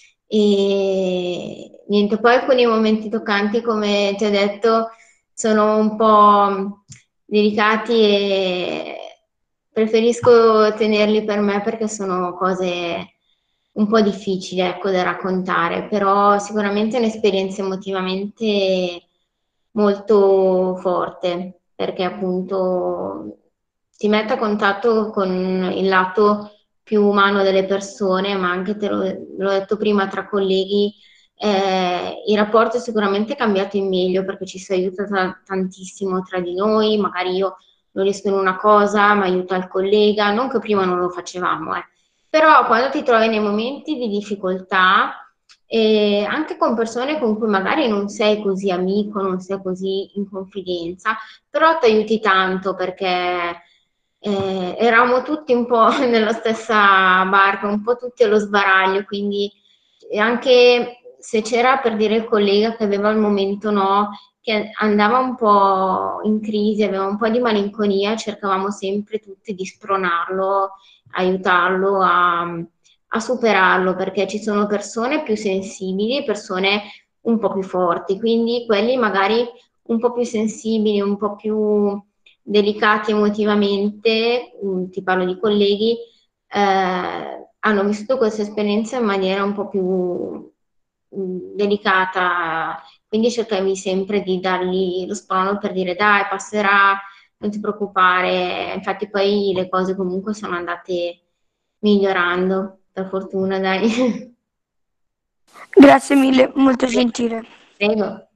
Speaker 3: E niente, poi alcuni momenti toccanti, come ti ho detto, sono un po' delicati e preferisco tenerli per me, perché sono cose un po' difficili, ecco, da raccontare, però sicuramente è un'esperienza emotivamente molto forte, perché appunto ti mette a contatto con il lato più umano delle persone, ma anche, te lo- l'ho detto prima, tra colleghi, eh, i rapporti sicuramente cambiati in meglio, perché ci si aiuta ta- tantissimo tra di noi, magari io non riesco in una cosa, ma aiuta il collega, non che prima non lo facevamo, eh. Però quando ti trovi nei momenti di difficoltà, e anche con persone con cui magari non sei così amico, non sei così in confidenza, però ti aiuti tanto, perché eh, eravamo tutti un po' nella stessa barca, un po' tutti allo sbaraglio, quindi anche se c'era, per dire, il collega che aveva al momento no, che andava un po' in crisi, aveva un po' di malinconia, cercavamo sempre tutti di spronarlo, aiutarlo a, a superarlo, perché ci sono persone più sensibili e persone un po' più forti, quindi quelli magari un po' più sensibili, un po' più delicati emotivamente, mh, ti parlo di colleghi, eh, hanno vissuto questa esperienza in maniera un po' più mh, delicata, quindi cercavi sempre di dargli lo spronto per dire dai, passerà, non ti preoccupare. Infatti poi le cose comunque sono andate migliorando, per fortuna, dai.
Speaker 6: Grazie mille, molto gentile.
Speaker 3: Prego.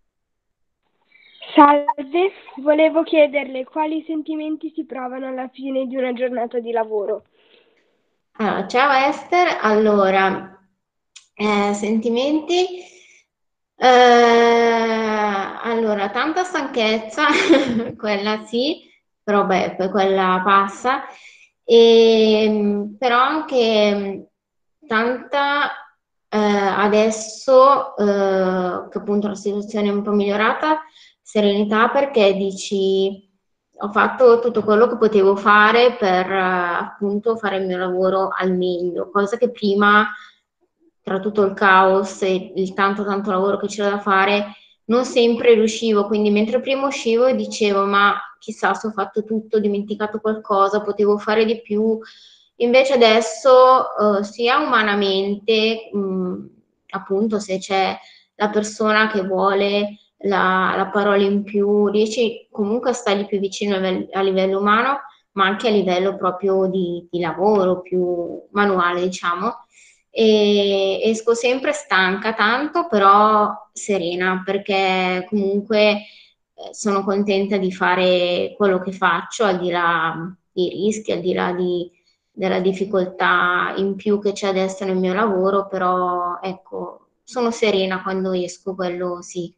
Speaker 2: Salve, volevo chiederle quali sentimenti si provano alla fine di una giornata di lavoro.
Speaker 3: Allora, ciao Esther, allora, eh, sentimenti, eh, allora, tanta stanchezza, quella sì, però beh, poi quella passa, e, però anche tanta, eh, adesso, eh, che appunto la situazione è un po' migliorata, serenità, perché dici ho fatto tutto quello che potevo fare per eh, appunto fare il mio lavoro al meglio, cosa che prima, tra tutto il caos e il tanto tanto lavoro che c'era da fare, non sempre riuscivo. Quindi mentre prima uscivo e dicevo ma chissà se ho fatto tutto, ho dimenticato qualcosa, potevo fare di più. Invece adesso eh, sia umanamente, mh, appunto se c'è la persona che vuole la, la parola in più, riesci comunque a stargli più vicino a livello, a livello umano, ma anche a livello proprio di, di lavoro, più manuale, diciamo. E esco sempre stanca tanto, però serena, perché comunque eh, sono contenta di fare quello che faccio, al di là dei rischi, al di là di, della difficoltà in più che c'è adesso nel mio lavoro, però ecco, sono serena quando esco, quello sì.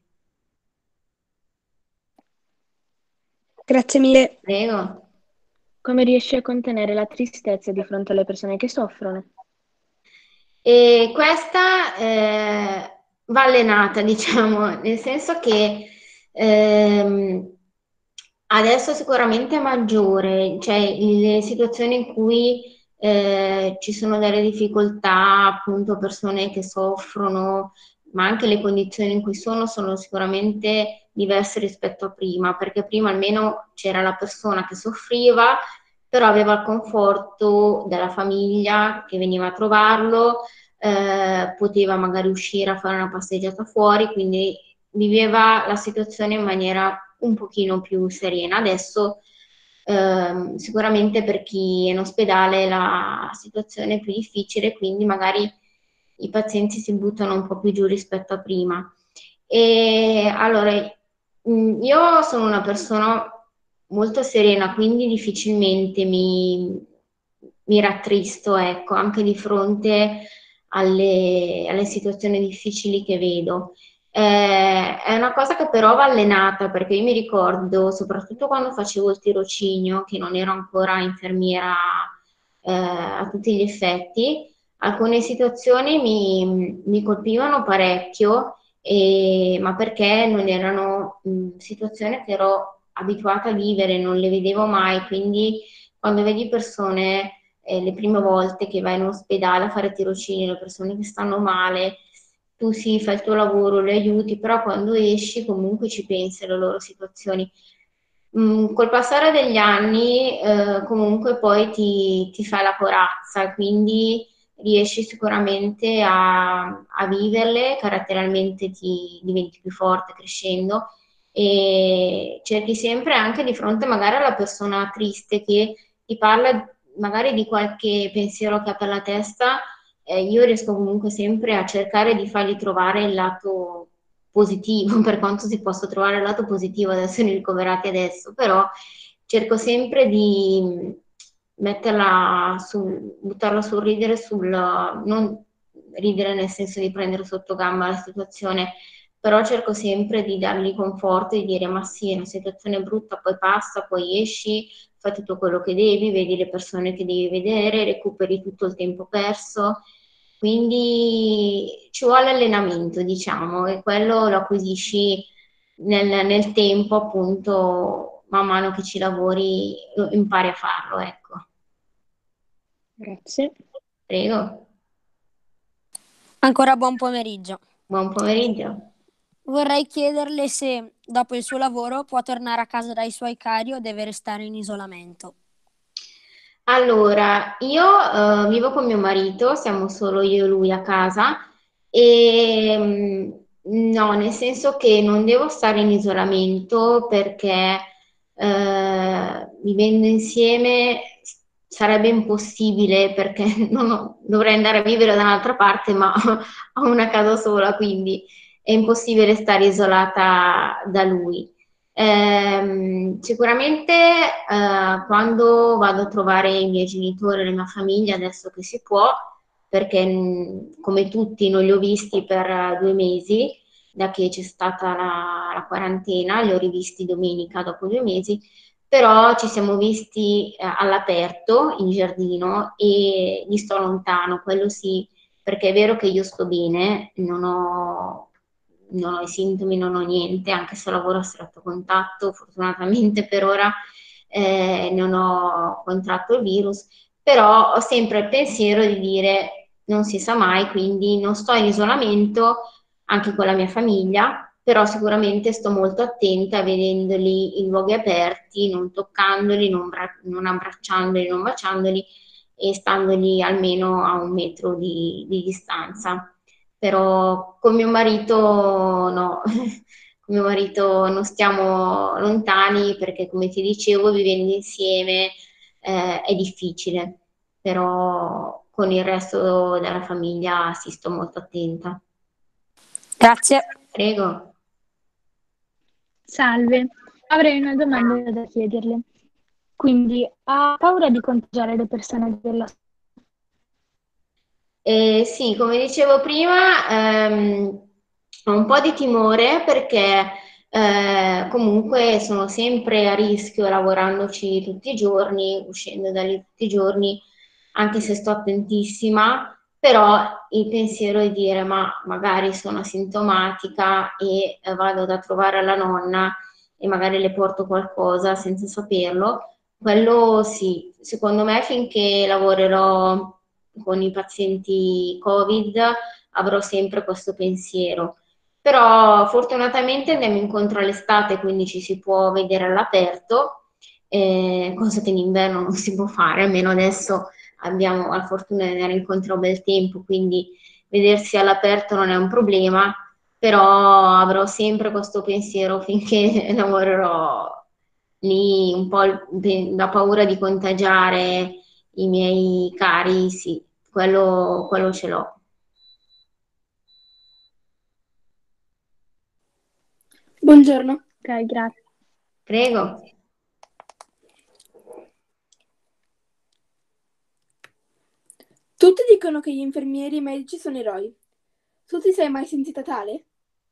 Speaker 2: Grazie mille.
Speaker 3: Prego.
Speaker 12: Come riesci a contenere la tristezza di fronte alle persone che soffrono?
Speaker 3: E questa eh, va allenata, diciamo, nel senso che ehm, adesso sicuramente è maggiore, cioè le situazioni in cui eh, ci sono delle difficoltà, appunto persone che soffrono, ma anche le condizioni in cui sono sono sicuramente diverse rispetto a prima, perché prima almeno c'era la persona che soffriva, però aveva il conforto della famiglia che veniva a trovarlo, eh, poteva magari uscire a fare una passeggiata fuori, quindi viveva la situazione in maniera un pochino più serena. Adesso ehm, sicuramente per chi è in ospedale la situazione è più difficile, quindi magari i pazienti si buttano un po' più giù rispetto a prima. E allora, mh, io sono una persona molto serena, quindi difficilmente mi, mi rattristo, ecco, anche di fronte alle, alle situazioni difficili che vedo. Eh, è una cosa che però va allenata, perché io mi ricordo, soprattutto quando facevo il tirocinio, che non ero ancora infermiera eh, a tutti gli effetti, alcune situazioni mi, mi colpivano parecchio, e- ma perché non erano mh, situazioni che ero abituata a vivere, non le vedevo mai, quindi quando vedi persone, eh, le prime volte che vai in ospedale a fare tirocinio, le persone che stanno male, tu sì, fai il tuo lavoro, le aiuti, però quando esci comunque ci pensi alle loro situazioni. Mm, col passare degli anni, eh, comunque poi ti, ti fai la corazza, quindi riesci sicuramente a, a viverle, caratterialmente ti diventi più forte crescendo e cerchi sempre anche di fronte magari alla persona triste che ti parla magari di qualche pensiero che ha per la testa, eh, io riesco comunque sempre a cercare di fargli trovare il lato positivo, per quanto si possa trovare il lato positivo ad essere ricoverati adesso, però cerco sempre di metterla su, buttarla sul ridere, sul non ridere nel senso di prendere sotto gamba la situazione, però cerco sempre di dargli conforto e di dire ma sì, è una situazione brutta, poi passa, poi esci, fai tutto quello che devi, vedi le persone che devi vedere, recuperi tutto il tempo perso. Quindi ci vuole allenamento, diciamo, e quello lo acquisisci nel, nel tempo, appunto, man mano che ci lavori, lo impari a farlo, ecco.
Speaker 12: Grazie.
Speaker 3: Prego.
Speaker 14: Ancora buon pomeriggio.
Speaker 3: Buon pomeriggio.
Speaker 14: Vorrei chiederle se, dopo il suo lavoro, può tornare a casa dai suoi cari o deve restare in isolamento.
Speaker 3: Allora, io eh, vivo con mio marito, siamo solo io e lui a casa e mm, no, nel senso che non devo stare in isolamento perché eh, vivendo insieme sarebbe impossibile perché non ho- dovrei andare a vivere da un'altra parte, ma ho una casa sola, quindi è impossibile stare isolata da lui. Ehm, sicuramente eh, quando vado a trovare i miei genitori e la mia famiglia, adesso che si può, perché mh, come tutti non li ho visti per eh, due mesi, da che c'è stata la, la quarantena, li ho rivisti domenica dopo due mesi, però ci siamo visti eh, all'aperto in giardino e gli sto lontano, quello sì, perché è vero che io sto bene, non ho non ho i sintomi, non ho niente, anche se lavoro a stretto contatto, fortunatamente per ora eh, non ho contratto il virus, però ho sempre il pensiero di dire non si sa mai, quindi non sto in isolamento anche con la mia famiglia, però sicuramente sto molto attenta vedendoli in luoghi aperti, non toccandoli, non, bra- non abbracciandoli, non baciandoli e standogli almeno a un metro di, di distanza. Però con mio marito no, con mio marito non stiamo lontani perché come ti dicevo vivendo insieme eh, è difficile, però con il resto della famiglia si sto molto attenta.
Speaker 14: Grazie.
Speaker 3: Prego.
Speaker 15: Salve, avrei una domanda da chiederle. Quindi, ha paura di contagiare le persone della
Speaker 3: Eh, sì, come dicevo prima, ehm, ho un po' di timore perché eh, comunque sono sempre a rischio lavorandoci tutti i giorni, uscendo da lì tutti i giorni, anche se sto attentissima, però il pensiero è dire ma magari sono asintomatica e eh, vado da trovare la nonna e magari le porto qualcosa senza saperlo, quello sì, secondo me finché lavorerò con i pazienti Covid avrò sempre questo pensiero. Però fortunatamente andiamo incontro all'estate, quindi ci si può vedere all'aperto, eh, cosa che in inverno non si può fare, almeno adesso abbiamo la fortuna di andare incontro a bel tempo, quindi vedersi all'aperto non è un problema, però avrò sempre questo pensiero finché lavorerò lì, un po' la paura di contagiare i miei cari, sì, quello, quello ce l'ho.
Speaker 10: Buongiorno.
Speaker 15: Ok, grazie.
Speaker 3: Prego.
Speaker 10: Tutti dicono che gli infermieri e i medici sono eroi. Tu ti sei mai sentita tale?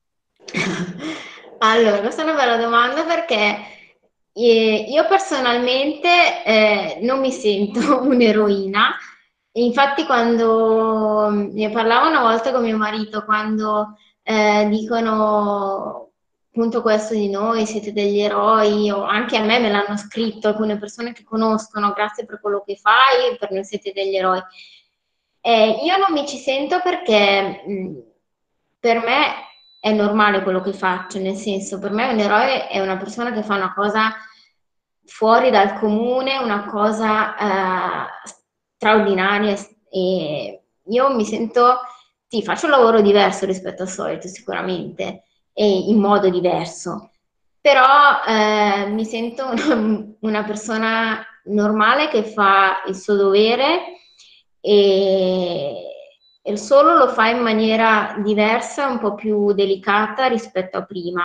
Speaker 3: Allora, questa è una bella domanda perché eh, io personalmente eh, non mi sento un'eroina. Infatti, quando ne parlavo una volta con mio marito, quando eh, dicono appunto questo di noi, siete degli eroi, o anche a me me l'hanno scritto alcune persone che conoscono, grazie per quello che fai, per noi siete degli eroi. Eh, io non mi ci sento perché mh, per me è normale quello che faccio, nel senso, per me un eroe è una persona che fa una cosa fuori dal comune, una cosa eh, straordinaria e io mi sento, sì, faccio un lavoro diverso rispetto al solito sicuramente e in modo diverso, però eh, mi sento una, una persona normale che fa il suo dovere e, e solo lo fa in maniera diversa, un po' più delicata rispetto a prima.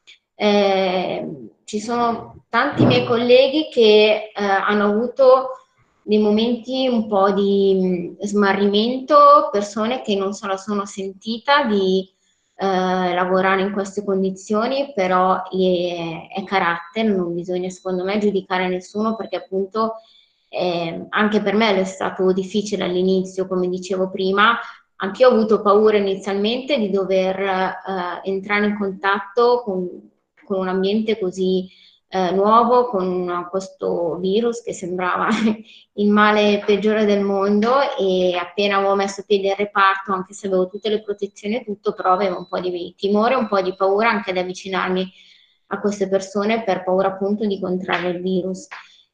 Speaker 3: Eh, ci sono tanti miei colleghi che eh, hanno avuto dei momenti un po' di mh, smarrimento, persone che non se la sono sentita di eh, lavorare in queste condizioni, però è, è carattere, non bisogna secondo me giudicare nessuno perché appunto eh, anche per me è stato difficile all'inizio, come dicevo prima, anche io ho avuto paura inizialmente di dover eh, entrare in contatto con, con un ambiente così eh, nuovo, con questo virus che sembrava il male peggiore del mondo e appena avevo messo piede al reparto, anche se avevo tutte le protezioni e tutto, però avevo un po' di timore, un po' di paura anche ad avvicinarmi a queste persone per paura appunto di contrarre il virus.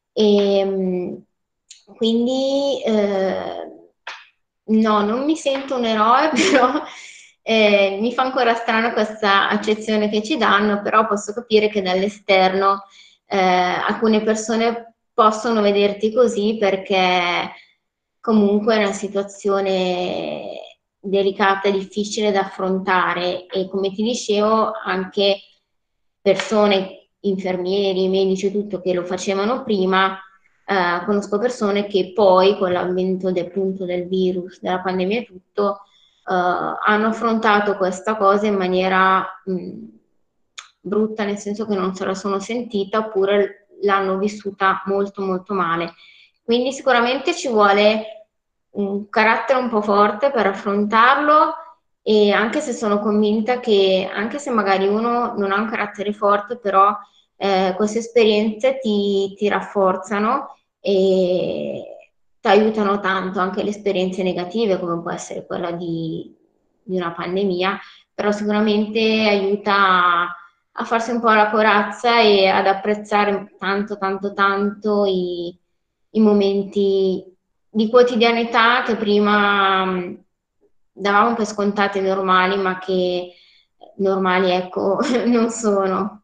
Speaker 3: E, quindi eh, no, non mi sento un eroe, però eh, mi fa ancora strano questa accezione che ci danno, però posso capire che dall'esterno eh, alcune persone possono vederti così perché comunque è una situazione delicata e difficile da affrontare e come ti dicevo anche persone, infermieri, medici, tutto che lo facevano prima, eh, conosco persone che poi con l'avvento del punto del virus, della pandemia e tutto, eh, hanno affrontato questa cosa in maniera mh, brutta, nel senso che non se la sono sentita oppure l'hanno vissuta molto molto male. Quindi sicuramente ci vuole un carattere un po' forte per affrontarlo e anche se sono convinta che anche se magari uno non ha un carattere forte, però eh, queste esperienze ti, ti rafforzano e ti aiutano tanto, anche le esperienze negative come può essere quella di, di una pandemia, però sicuramente aiuta a, a farsi un po' la corazza e ad apprezzare tanto tanto tanto i, i momenti di quotidianità che prima mh, davamo per scontati normali, ma che normali, ecco, non sono.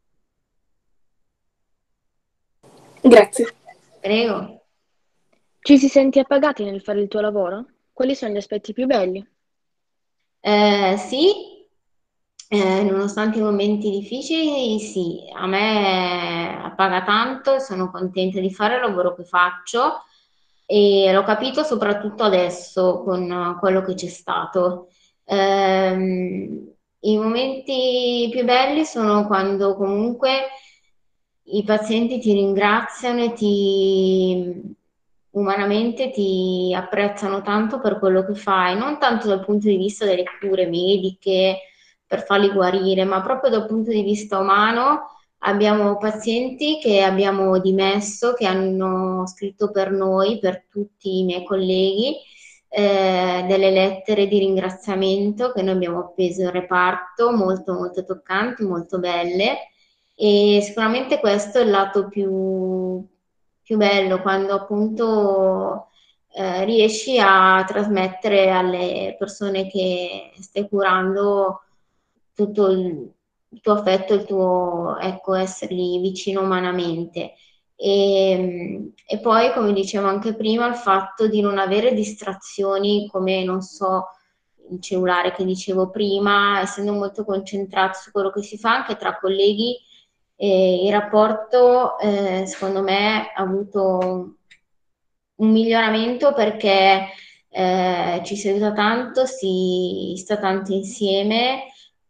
Speaker 10: Grazie.
Speaker 3: Prego.
Speaker 12: Ci si sente appagati nel fare il tuo lavoro? Quali sono gli aspetti più belli?
Speaker 3: Eh, sì, eh, nonostante i momenti difficili, sì, a me appaga tanto e sono contenta di fare il lavoro che faccio e l'ho capito soprattutto adesso con quello che c'è stato. Ehm, I momenti più belli sono quando comunque i pazienti ti ringraziano e ti umanamente ti apprezzano tanto per quello che fai, non tanto dal punto di vista delle cure mediche per farli guarire, ma proprio dal punto di vista umano. Abbiamo pazienti che abbiamo dimesso, che hanno scritto per noi, per tutti i miei colleghi, eh, delle lettere di ringraziamento che noi abbiamo appeso in reparto, molto molto toccanti, molto belle, e sicuramente questo è il lato più, più bello, quando appunto eh, riesci a trasmettere alle persone che stai curando tutto il, il tuo affetto, il tuo, ecco, essergli vicino umanamente. E, e poi, come dicevo anche prima, il fatto di non avere distrazioni come, non so, il cellulare che dicevo prima, essendo molto concentrato su quello che si fa anche tra colleghi, eh, il rapporto, eh, secondo me, ha avuto un miglioramento perché eh, ci si aiuta tanto, si sta tanto insieme,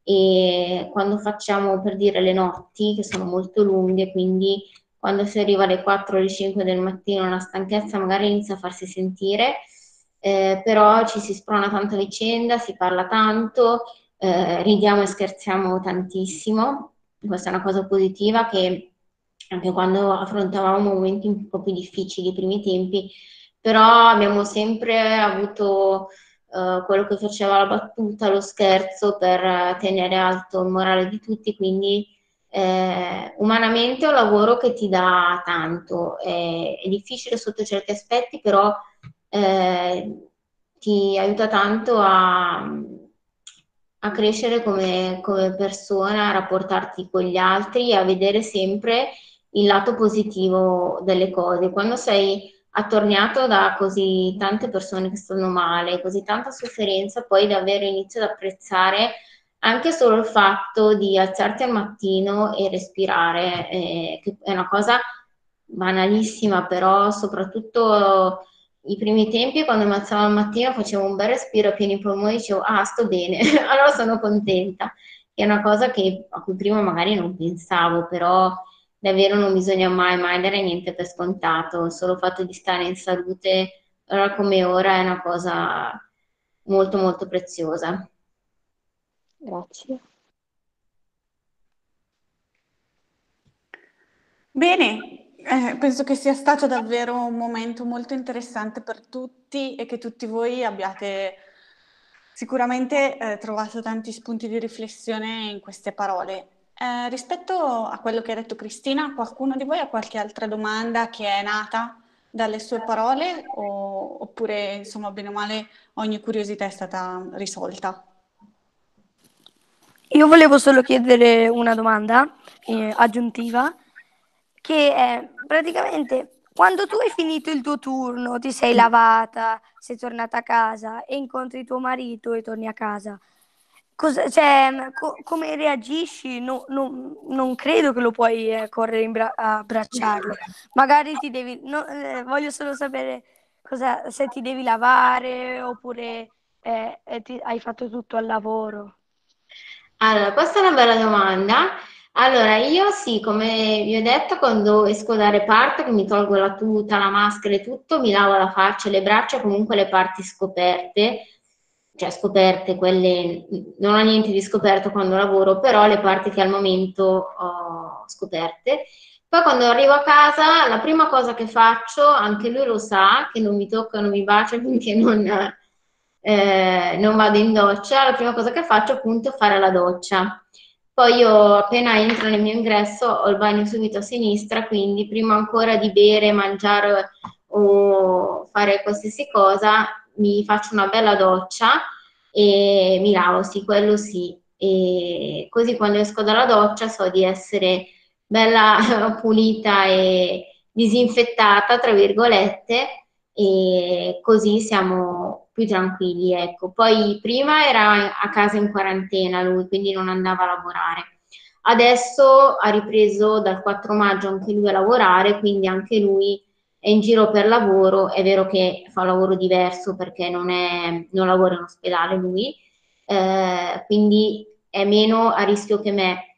Speaker 3: e quando facciamo, per dire, le notti, che sono molto lunghe, quindi quando si arriva alle quattro o alle cinque del mattino la stanchezza magari inizia a farsi sentire, eh, però ci si sprona tanto a vicenda, si parla tanto, eh, ridiamo e scherziamo tantissimo. Questa è una cosa positiva, che anche quando affrontavamo momenti un po' più difficili, i primi tempi, però abbiamo sempre avuto eh, quello che faceva la battuta, lo scherzo, per eh, tenere alto il morale di tutti, quindi eh, umanamente è un lavoro che ti dà tanto. È, è difficile sotto certi aspetti, però eh, ti aiuta tanto a, a crescere come, come persona, a rapportarti con gli altri e a vedere sempre il lato positivo delle cose. Quando sei attorniato da così tante persone che stanno male, così tanta sofferenza, poi davvero inizi ad apprezzare anche solo il fatto di alzarti al mattino e respirare, eh, che è una cosa banalissima, però soprattutto i primi tempi, quando mi alzavo al mattino, facevo un bel respiro a pieni polmoni e dicevo, ah, sto bene, allora sono contenta. È una cosa che, a cui prima magari non pensavo, però davvero non bisogna mai, mai dare niente per scontato. Solo il fatto di stare in salute, ora come ora, è una cosa molto, molto preziosa.
Speaker 12: Grazie.
Speaker 1: Bene, eh, penso che sia stato davvero un momento molto interessante per tutti e che tutti voi abbiate sicuramente eh, trovato tanti spunti di riflessione in queste parole. Eh, rispetto a quello che ha detto Cristina, qualcuno di voi ha qualche altra domanda che è nata dalle sue parole o- oppure, insomma, bene o male, ogni curiosità è stata risolta?
Speaker 6: Io volevo solo chiedere una domanda eh, aggiuntiva, che è praticamente quando tu hai finito il tuo turno, ti sei lavata, sei tornata a casa e incontri tuo marito e torni a casa, cosa, cioè, co- come reagisci? No- no- non credo che lo puoi eh, correre in bra- a abbracciarlo. Magari ti devi, no, eh, voglio solo sapere cosa, se ti devi lavare oppure eh, eh, ti- hai fatto tutto al lavoro.
Speaker 3: Allora, questa è una bella domanda. Allora, io sì, come vi ho detto, quando esco dal reparto, che mi tolgo la tuta, la maschera e tutto, mi lavo la faccia e le braccia, comunque le parti scoperte, cioè scoperte, quelle, non ho niente di scoperto quando lavoro, però le parti che al momento ho scoperte. Poi quando arrivo a casa, la prima cosa che faccio, anche lui lo sa, che non mi tocca, non mi bacia finché non eh, non vado in doccia, la prima cosa che faccio appunto è fare la doccia. Poi io appena entro nel mio ingresso ho il bagno subito a sinistra, quindi prima ancora di bere, mangiare o fare qualsiasi cosa, mi faccio una bella doccia e mi lavo, sì, quello sì. E così quando esco dalla doccia so di essere bella pulita e disinfettata, tra virgolette, e così siamo più tranquilli, ecco. Poi prima era a casa in quarantena lui, quindi non andava a lavorare. Adesso ha ripreso dal quattro maggio anche lui a lavorare, quindi anche lui è in giro per lavoro. È vero che fa un lavoro diverso perché non, è, non lavora in ospedale lui, eh, quindi è meno a rischio che me.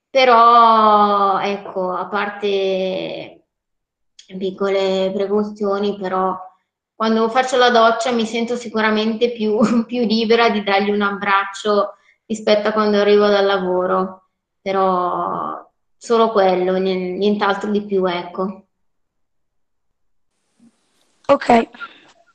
Speaker 3: Però ecco, a parte piccole precauzioni, però quando faccio la doccia mi sento sicuramente più, più libera di dargli un abbraccio rispetto a quando arrivo dal lavoro, però solo quello, nien- nient'altro di più, ecco.
Speaker 6: Ok.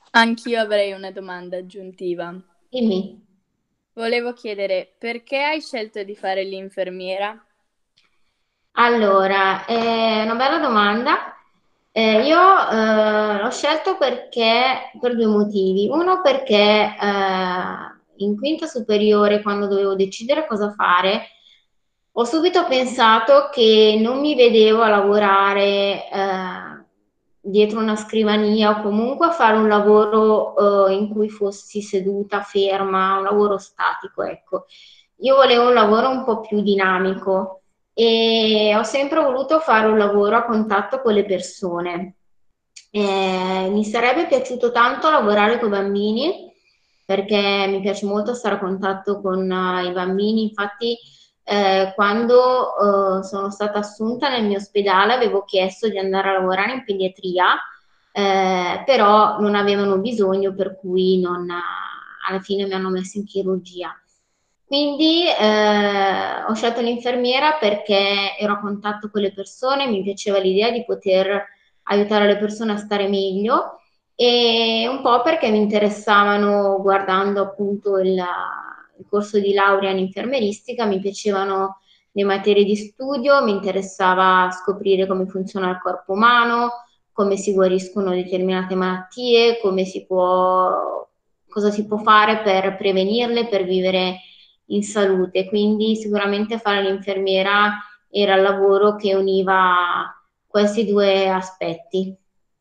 Speaker 4: Anch'io avrei una domanda aggiuntiva.
Speaker 3: Dimmi.
Speaker 4: Volevo chiedere perché hai scelto di fare l'infermiera?
Speaker 3: Allora, è una bella domanda. Eh, io eh, l'ho scelto perché, per due motivi. Uno perché eh, in quinta superiore, quando dovevo decidere cosa fare, ho subito pensato che non mi vedevo a lavorare eh, dietro una scrivania o comunque a fare un lavoro eh, in cui fossi seduta, ferma, un lavoro statico, ecco. Io volevo un lavoro un po' più dinamico e ho sempre voluto fare un lavoro a contatto con le persone. Eh, mi sarebbe piaciuto tanto lavorare con i bambini perché mi piace molto stare a contatto con eh, i bambini. Infatti, eh, quando eh, sono stata assunta nel mio ospedale avevo chiesto di andare a lavorare in pediatria, eh, però non avevano bisogno, per cui non, alla fine mi hanno messo in chirurgia. Quindi eh, ho scelto l'infermiera perché ero a contatto con le persone, mi piaceva l'idea di poter aiutare le persone a stare meglio e un po' perché mi interessavano, guardando appunto il, il corso di laurea in infermieristica, mi piacevano le materie di studio, mi interessava scoprire come funziona il corpo umano, come si guariscono determinate malattie, come si può, cosa si può fare per prevenirle, per vivere in salute. Quindi sicuramente fare l'infermiera era il lavoro che univa questi due aspetti.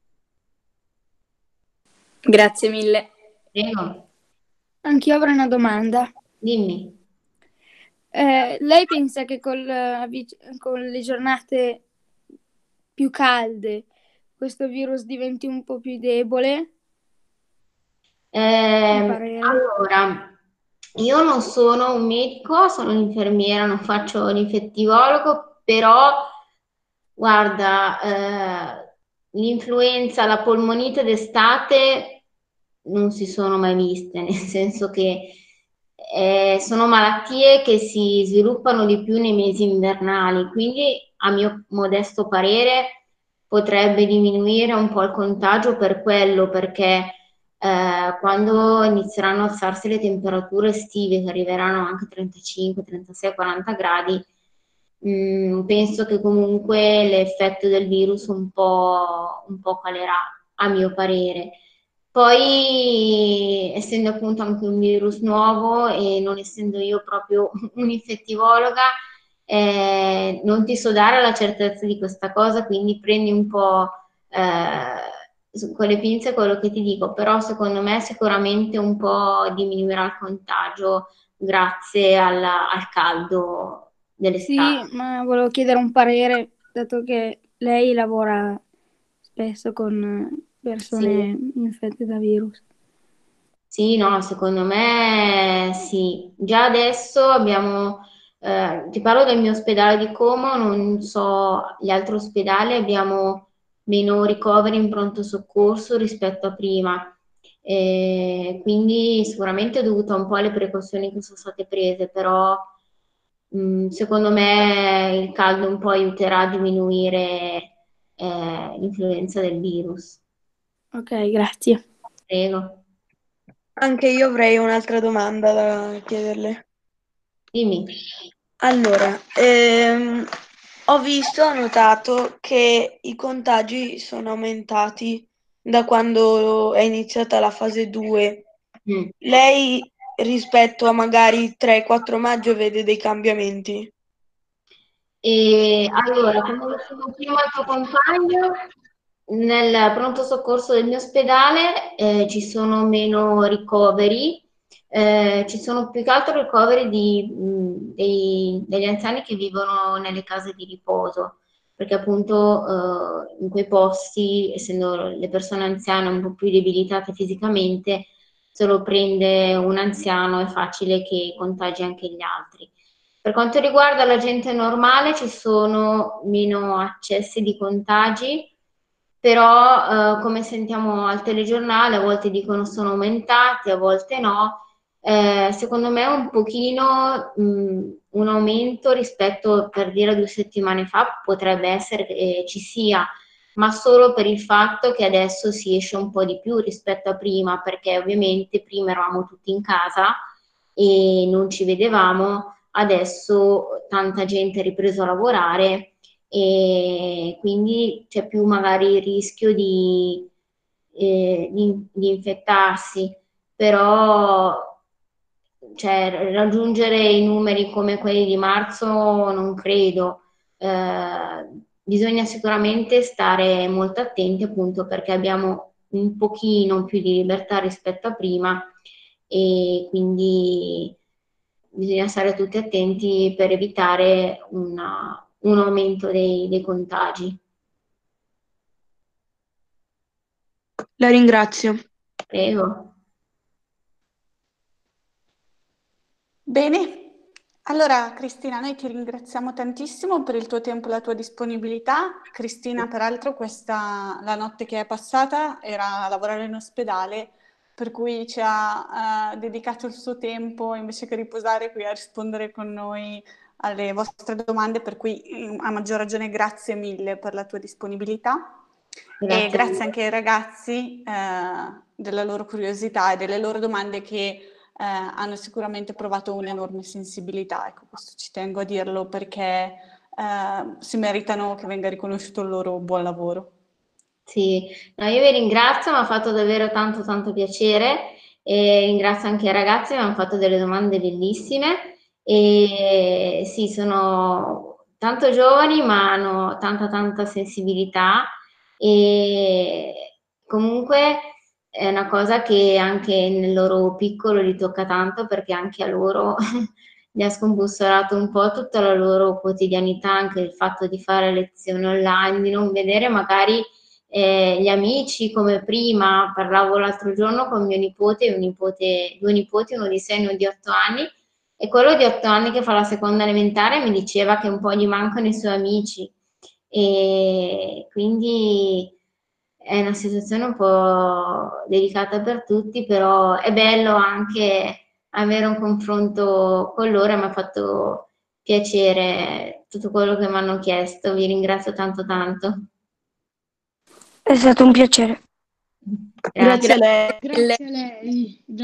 Speaker 4: Grazie mille.
Speaker 3: Prego.
Speaker 10: Anch'io avrei una domanda.
Speaker 3: Dimmi.
Speaker 10: Eh, lei pensa che col, avvic- con le giornate più calde questo virus diventi un po' più debole?
Speaker 3: Eh,
Speaker 10: Mi pare-
Speaker 3: allora, io non sono un medico, sono un'infermiera, non faccio l'infettivologo, però guarda, eh, l'influenza, la polmonite d'estate non si sono mai viste, nel senso che eh, sono malattie che si sviluppano di più nei mesi invernali, quindi a mio modesto parere potrebbe diminuire un po' il contagio per quello, perché eh, quando inizieranno a alzarsi le temperature estive, che arriveranno anche a trentacinque, trentasei, quaranta gradi, mh, penso che comunque l'effetto del virus un po', un po' calerà, a mio parere. Poi, essendo appunto anche un virus nuovo e non essendo io proprio un'infettivologa, eh, non ti so dare la certezza di questa cosa, quindi prendi un po' eh, con le pinze quello che ti dico, però secondo me sicuramente un po' diminuirà il contagio grazie al, al caldo dell'estate.
Speaker 10: Sì, ma volevo chiedere un parere, dato che lei lavora spesso con persone
Speaker 3: Sì.
Speaker 10: infette da virus.
Speaker 3: Sì, no, secondo me sì. Già adesso abbiamo, eh, ti parlo del mio ospedale di Como, non so, gli altri ospedali abbiamo meno ricoveri in pronto soccorso rispetto a prima. Eh, quindi sicuramente è dovuto un po' alle precauzioni che sono state prese, però mh, secondo me il caldo un po' aiuterà a diminuire eh, l'influenza del virus.
Speaker 10: Ok, grazie.
Speaker 3: Prego.
Speaker 11: Anche io avrei un'altra domanda da chiederle.
Speaker 3: Dimmi.
Speaker 11: Allora, ehm, ho visto, ho notato che i contagi sono aumentati da quando è iniziata la fase due.
Speaker 3: Mm.
Speaker 11: Lei rispetto a magari tre quattro maggio vede dei cambiamenti?
Speaker 3: E allora, come dicevo prima al tuo compagno, nel pronto soccorso del mio ospedale eh, ci sono meno ricoveri, eh, ci sono più che altro ricoveri di, mh, dei- degli anziani che vivono nelle case di riposo, perché appunto eh, in quei posti, essendo le persone anziane un po' più debilitate fisicamente, se lo prende un anziano è facile che contagi anche gli altri. Per quanto riguarda la gente normale, ci sono meno accessi di contagi, però eh, come sentiamo al telegiornale, a volte dicono sono aumentati, a volte no. Eh, secondo me un pochino mh, un aumento rispetto, per dire, a due settimane fa potrebbe essere che ci sia, ma solo per il fatto che adesso si esce un po' di più rispetto a prima, perché ovviamente prima eravamo tutti in casa e non ci vedevamo, adesso tanta gente ha ripreso a lavorare e quindi c'è più magari il rischio di, eh, di, di infettarsi, però cioè, raggiungere i numeri come quelli di marzo non credo. Eh, bisogna sicuramente stare molto attenti appunto perché abbiamo un pochino più di libertà rispetto a prima e quindi bisogna stare tutti attenti per evitare una- un aumento dei, dei contagi.
Speaker 11: La ringrazio.
Speaker 3: Prego.
Speaker 1: Bene, allora Cristina, noi ti ringraziamo tantissimo per il tuo tempo e la tua disponibilità. Cristina, peraltro, questa, la notte che è passata era a lavorare in ospedale, per cui ci ha eh, dedicato il suo tempo invece che riposare qui a rispondere con noi alle vostre domande, per cui mm, a maggior ragione grazie mille per la tua disponibilità.
Speaker 3: Grazie
Speaker 1: E
Speaker 3: a
Speaker 1: grazie
Speaker 3: voi.
Speaker 1: anche ai ragazzi eh, della loro curiosità e delle loro domande che eh, hanno sicuramente provato un'enorme sensibilità. Ecco, questo ci tengo a dirlo perché eh, si meritano che venga riconosciuto il loro buon lavoro.
Speaker 3: Sì, no, io vi ringrazio, mi ha fatto davvero tanto tanto piacere e ringrazio anche i ragazzi, mi hanno fatto delle domande bellissime e sì, sono tanto giovani ma hanno tanta tanta sensibilità e comunque è una cosa che anche nel loro piccolo li tocca tanto perché anche a loro gli ha scombussolato un po' tutta la loro quotidianità, anche il fatto di fare lezioni online, di non vedere magari eh, gli amici come prima. Parlavo l'altro giorno con mio nipote, un nipote, due nipoti, uno di sei e uno di otto anni, e quello di otto anni che fa la seconda elementare mi diceva che un po' gli mancano i suoi amici e quindi è una situazione un po' delicata per tutti, però è bello anche avere un confronto con loro e mi ha fatto piacere tutto quello che mi hanno chiesto. Vi ringrazio tanto tanto.
Speaker 6: È stato un piacere.
Speaker 3: Grazie.
Speaker 11: Grazie a lei.
Speaker 10: Grazie a lei.